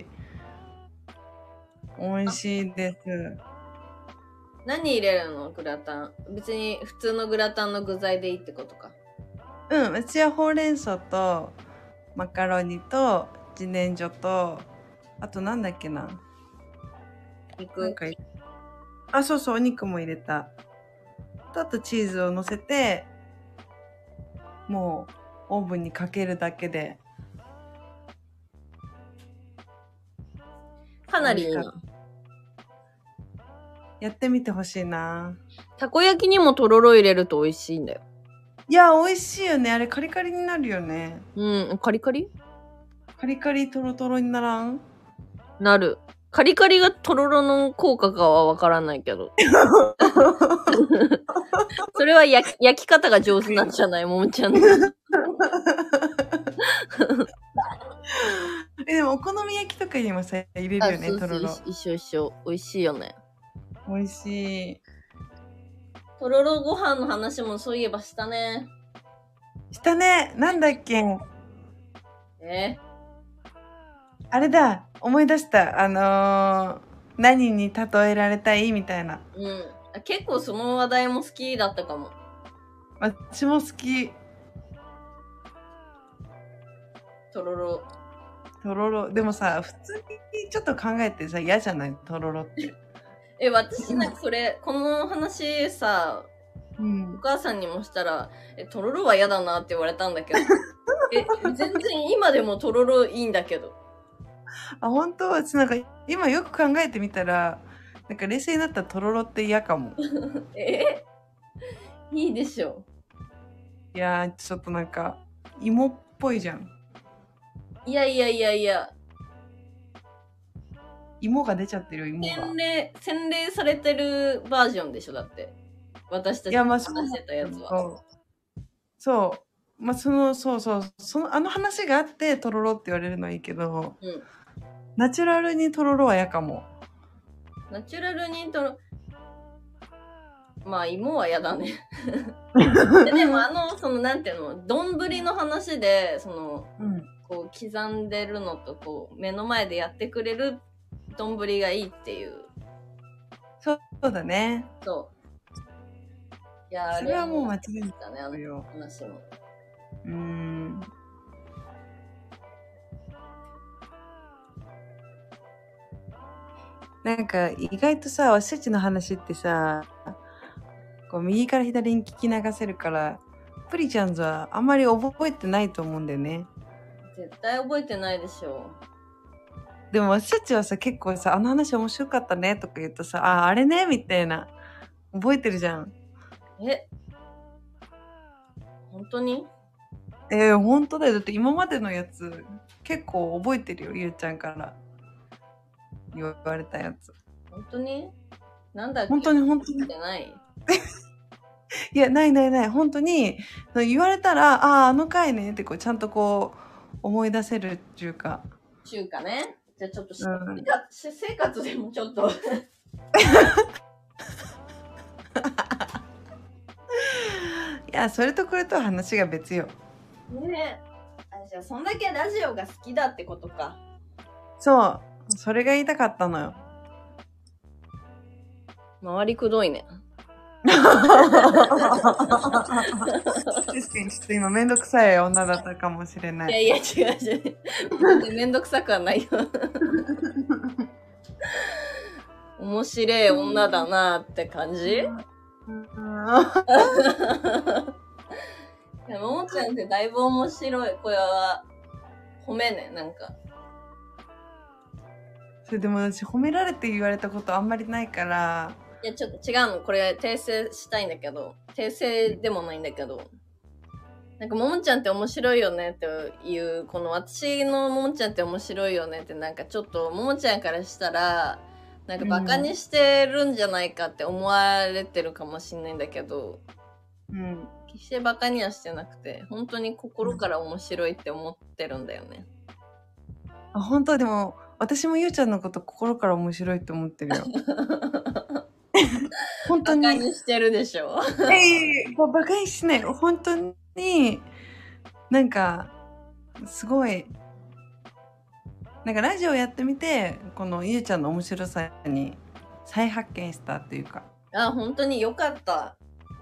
美味しいです。 何入れるの？グラタン。別に普通のグラタンの具材でいいってことか。 うん、うちはほうれん草とマカロニと自然薯と、あとなんだっけな。 肉。 そうそう、お肉も入れた。あとチーズを乗せて、もうオーブンにかけるだけで。 かなりいいな。 やってみてほしいな。 たこ焼きにもとろろ入れると美味しいんだよ。 いや、美味しいよね。あれカリカリになるよね。 うん、カリカリカリカリトロトロにならん？ なる。カリカリがとろろの効果かはわからないけど。それは焼き方が上手なんじゃないももちゃんの。 でもお好み焼きとかにもさ、入れるよね、 そうとろろ。 一緒。美味しいよね。 美味しい。 とろろご飯の話もそういえばしたね。 したね。なんだっけ。あれだ。思い出した。何に例えられたいみたいな。 うん。結構その話題も好きだったかも。 私も好き。 とろろ。 とろろ。でもさ、普通にちょっと考えてさ、嫌じゃないとろろって。 私なんかこの話さ、お母さんにもしたら、とろろは嫌だなって言われたんだけど。全然今でもとろろいいんだけど。 あ、本当？私なんか今よく考えてみたら、なんか冷静になったらとろろって嫌かも。 いいでしょ。 いやー、ちょっとなんか、芋っぽいじゃん。 いや。 芋が出ちゃってるよ、芋が。 洗礼されてるバージョンでしょ、だって。私たちが話してたやつは。 そう。まあ、あの話があってとろろって言われるのはいいけど、ナチュラルにとろろは嫌かも。 ナチュラルにまあ、芋は嫌だね。でもなんていうの、丼の話で、こう、刻んでるのと、こう、目の前でやってくれる丼がいいっていう。 そうだね。 そう。いや、 それはもう間違いないだね、あの話も。 なんか意外とさ、おせちの話ってさ、こう右から左に聞き流せるから、プリちゃんズはあんまり覚えてないと思うんだよね。 絶対覚えてないでしょ。 でも私たちはさ、結構さ、あの話面白かったねとか言うとさ、あれねみたいな。覚えてるじゃん。 本当に？ 本当だよ。だって今までのやつ結構覚えてるよ、ゆうちゃんから言われたやつ。 本当に？なんだっけ？ 本当に。 ってない？ いや、ない。本当に言われたら、あの回ねってこうちゃんとこう思い出せるっていうか。 中華ね。じゃあちょっと私生活でもちょっといや、それとこれとは話が別よ。 ねえ。じゃあそんだけラジオが好きだってことか。 そう。それが言いたかったのよ。 回りくどいね。 確かにちょっと今めんどくさい女だったかもしれない。 いや違う。めんどくさくはないよ。面白い女だなって感じ？ももちゃんってだいぶ面白い。これは褒めね、なんか。 それでも私褒められて言われたことあんまりないから。 いや、ちょっと違うの。これ訂正したいんだけど。訂正でもないんだけど。なんかももちゃんって面白いよねっていう、この私のももちゃんって面白いよねってなんかちょっとももちゃんからしたら、なんかバカにしてるんじゃないかって思われてるかもしんないんだけど、決してバカにはしてなくて、本当に心から面白いって思ってるんだよね。 本当？でも私もゆうちゃんのこと心から面白いって思ってるよ。本当に。 バカにしてるでしょ。 バカにしない。本当になんかすごいなんかラジオやってみてこのゆうちゃんの面白さに再発見したっていうか。 本当に良かった。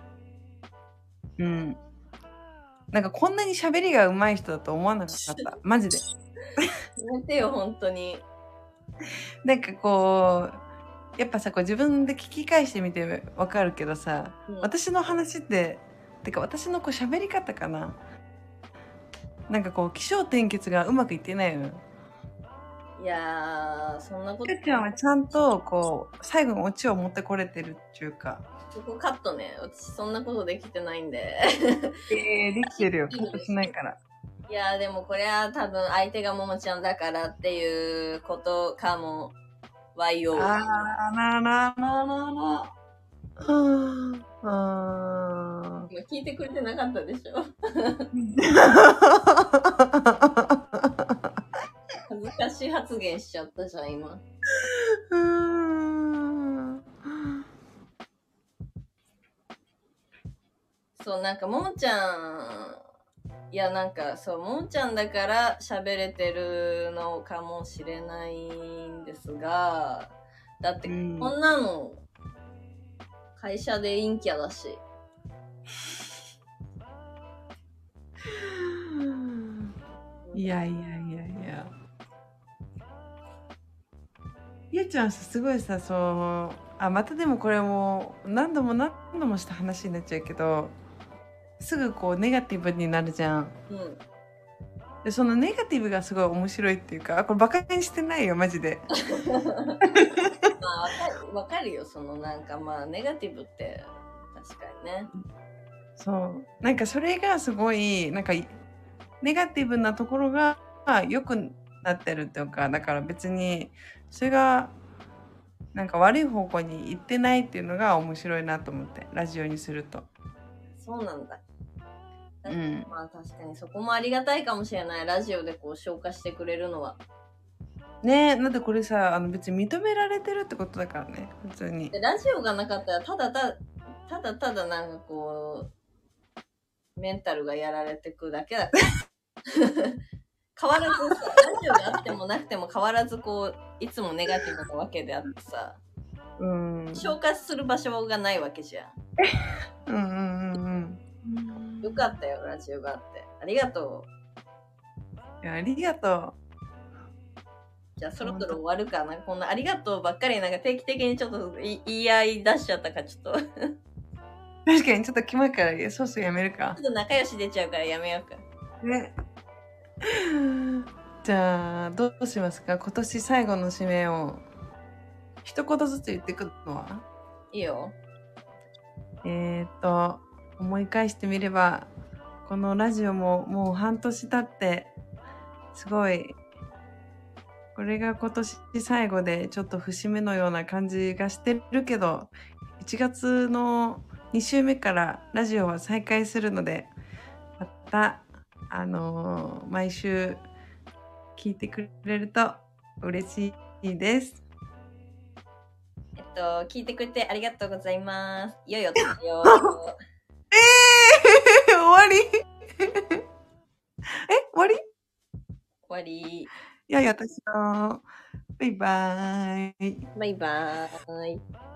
なんかこんなに喋りが上手い人だと思わなかったマジで。 やめてよ本当に。 なんかこうやっぱさこう自分で聞き返してみてわかるけどさ、私の話ってか私のこう喋り方かな。なんかこう起承転結がうまくいってないのよ。 いやー、そんなこと。 ゆうちゃんはちゃんと、こう、最後のオチを持ってこれてるっていうか。 そこカットね。私そんなことできてないんで。 できてるよ。カットしないから。 いやー、でもこれは多分相手がももちゃんだからっていうことかも。わいよ。 あー、な。 今聞いてくれてなかったでしょ。恥ずかしい発言しちゃったじゃん、今。そう、なんかももちゃん、いやなんかそう、ももちゃんだから喋れてるのかもしれないんですが、だってこんなの会社で陰キャだし。 いや。ゆうちゃんすごいさ、またでもこれも何度もした話になっちゃうけど、すぐこうネガティブになるじゃん。で、そのネガティブがすごい面白いっていうか、これバカにしてないよ、マジで。 まあ、わかるよ、そのなんかまあ、ネガティブって、確かにね。 そう。なんかそれがすごい、なんか、ネガティブなところが良くなってるっていうか、だから別に、それが、なんか悪い方向に行ってないっていうのが面白いなと思って、ラジオにすると。 そうなんだ。まあ確かにそこもありがたいかもしれない。ラジオでこう消化してくれるのは。 ねえ、だってこれさ、別に認められてるってことだからね、普通に。 でラジオがなかったらただなんかこう、メンタルがやられてくだけだから。変わらずさ、ラジオがあってもなくても変わらずこう、いつもネガティブなわけであってさ、消化する場所がないわけじゃん。よかったよ、ラジオがあって。ありがとう。いや、ありがとう。 じゃあそろそろ終わるかな。こんなありがとうばっかりなんか定期的にちょっと言い合い出しちゃったからちょっと。確かにちょっとキモいからそうそうやめるか。 ちょっと仲良し出ちゃうからやめようか。 ね。じゃあどうしますか、今年最後の締めを一言ずつ言ってくるのは。 いいよ。 思い返してみれば、このラジオももう半年経ってすごい、これが今年最後でちょっと節目のような感じがしてるけど、1月の2週目からラジオは再開するので、また毎週聞いてくれると嬉しいです。 聞いてくれてありがとうございます。いよいよ終わり終わり終わり。 いやいや、私のバイバーイ。 バイバーイ。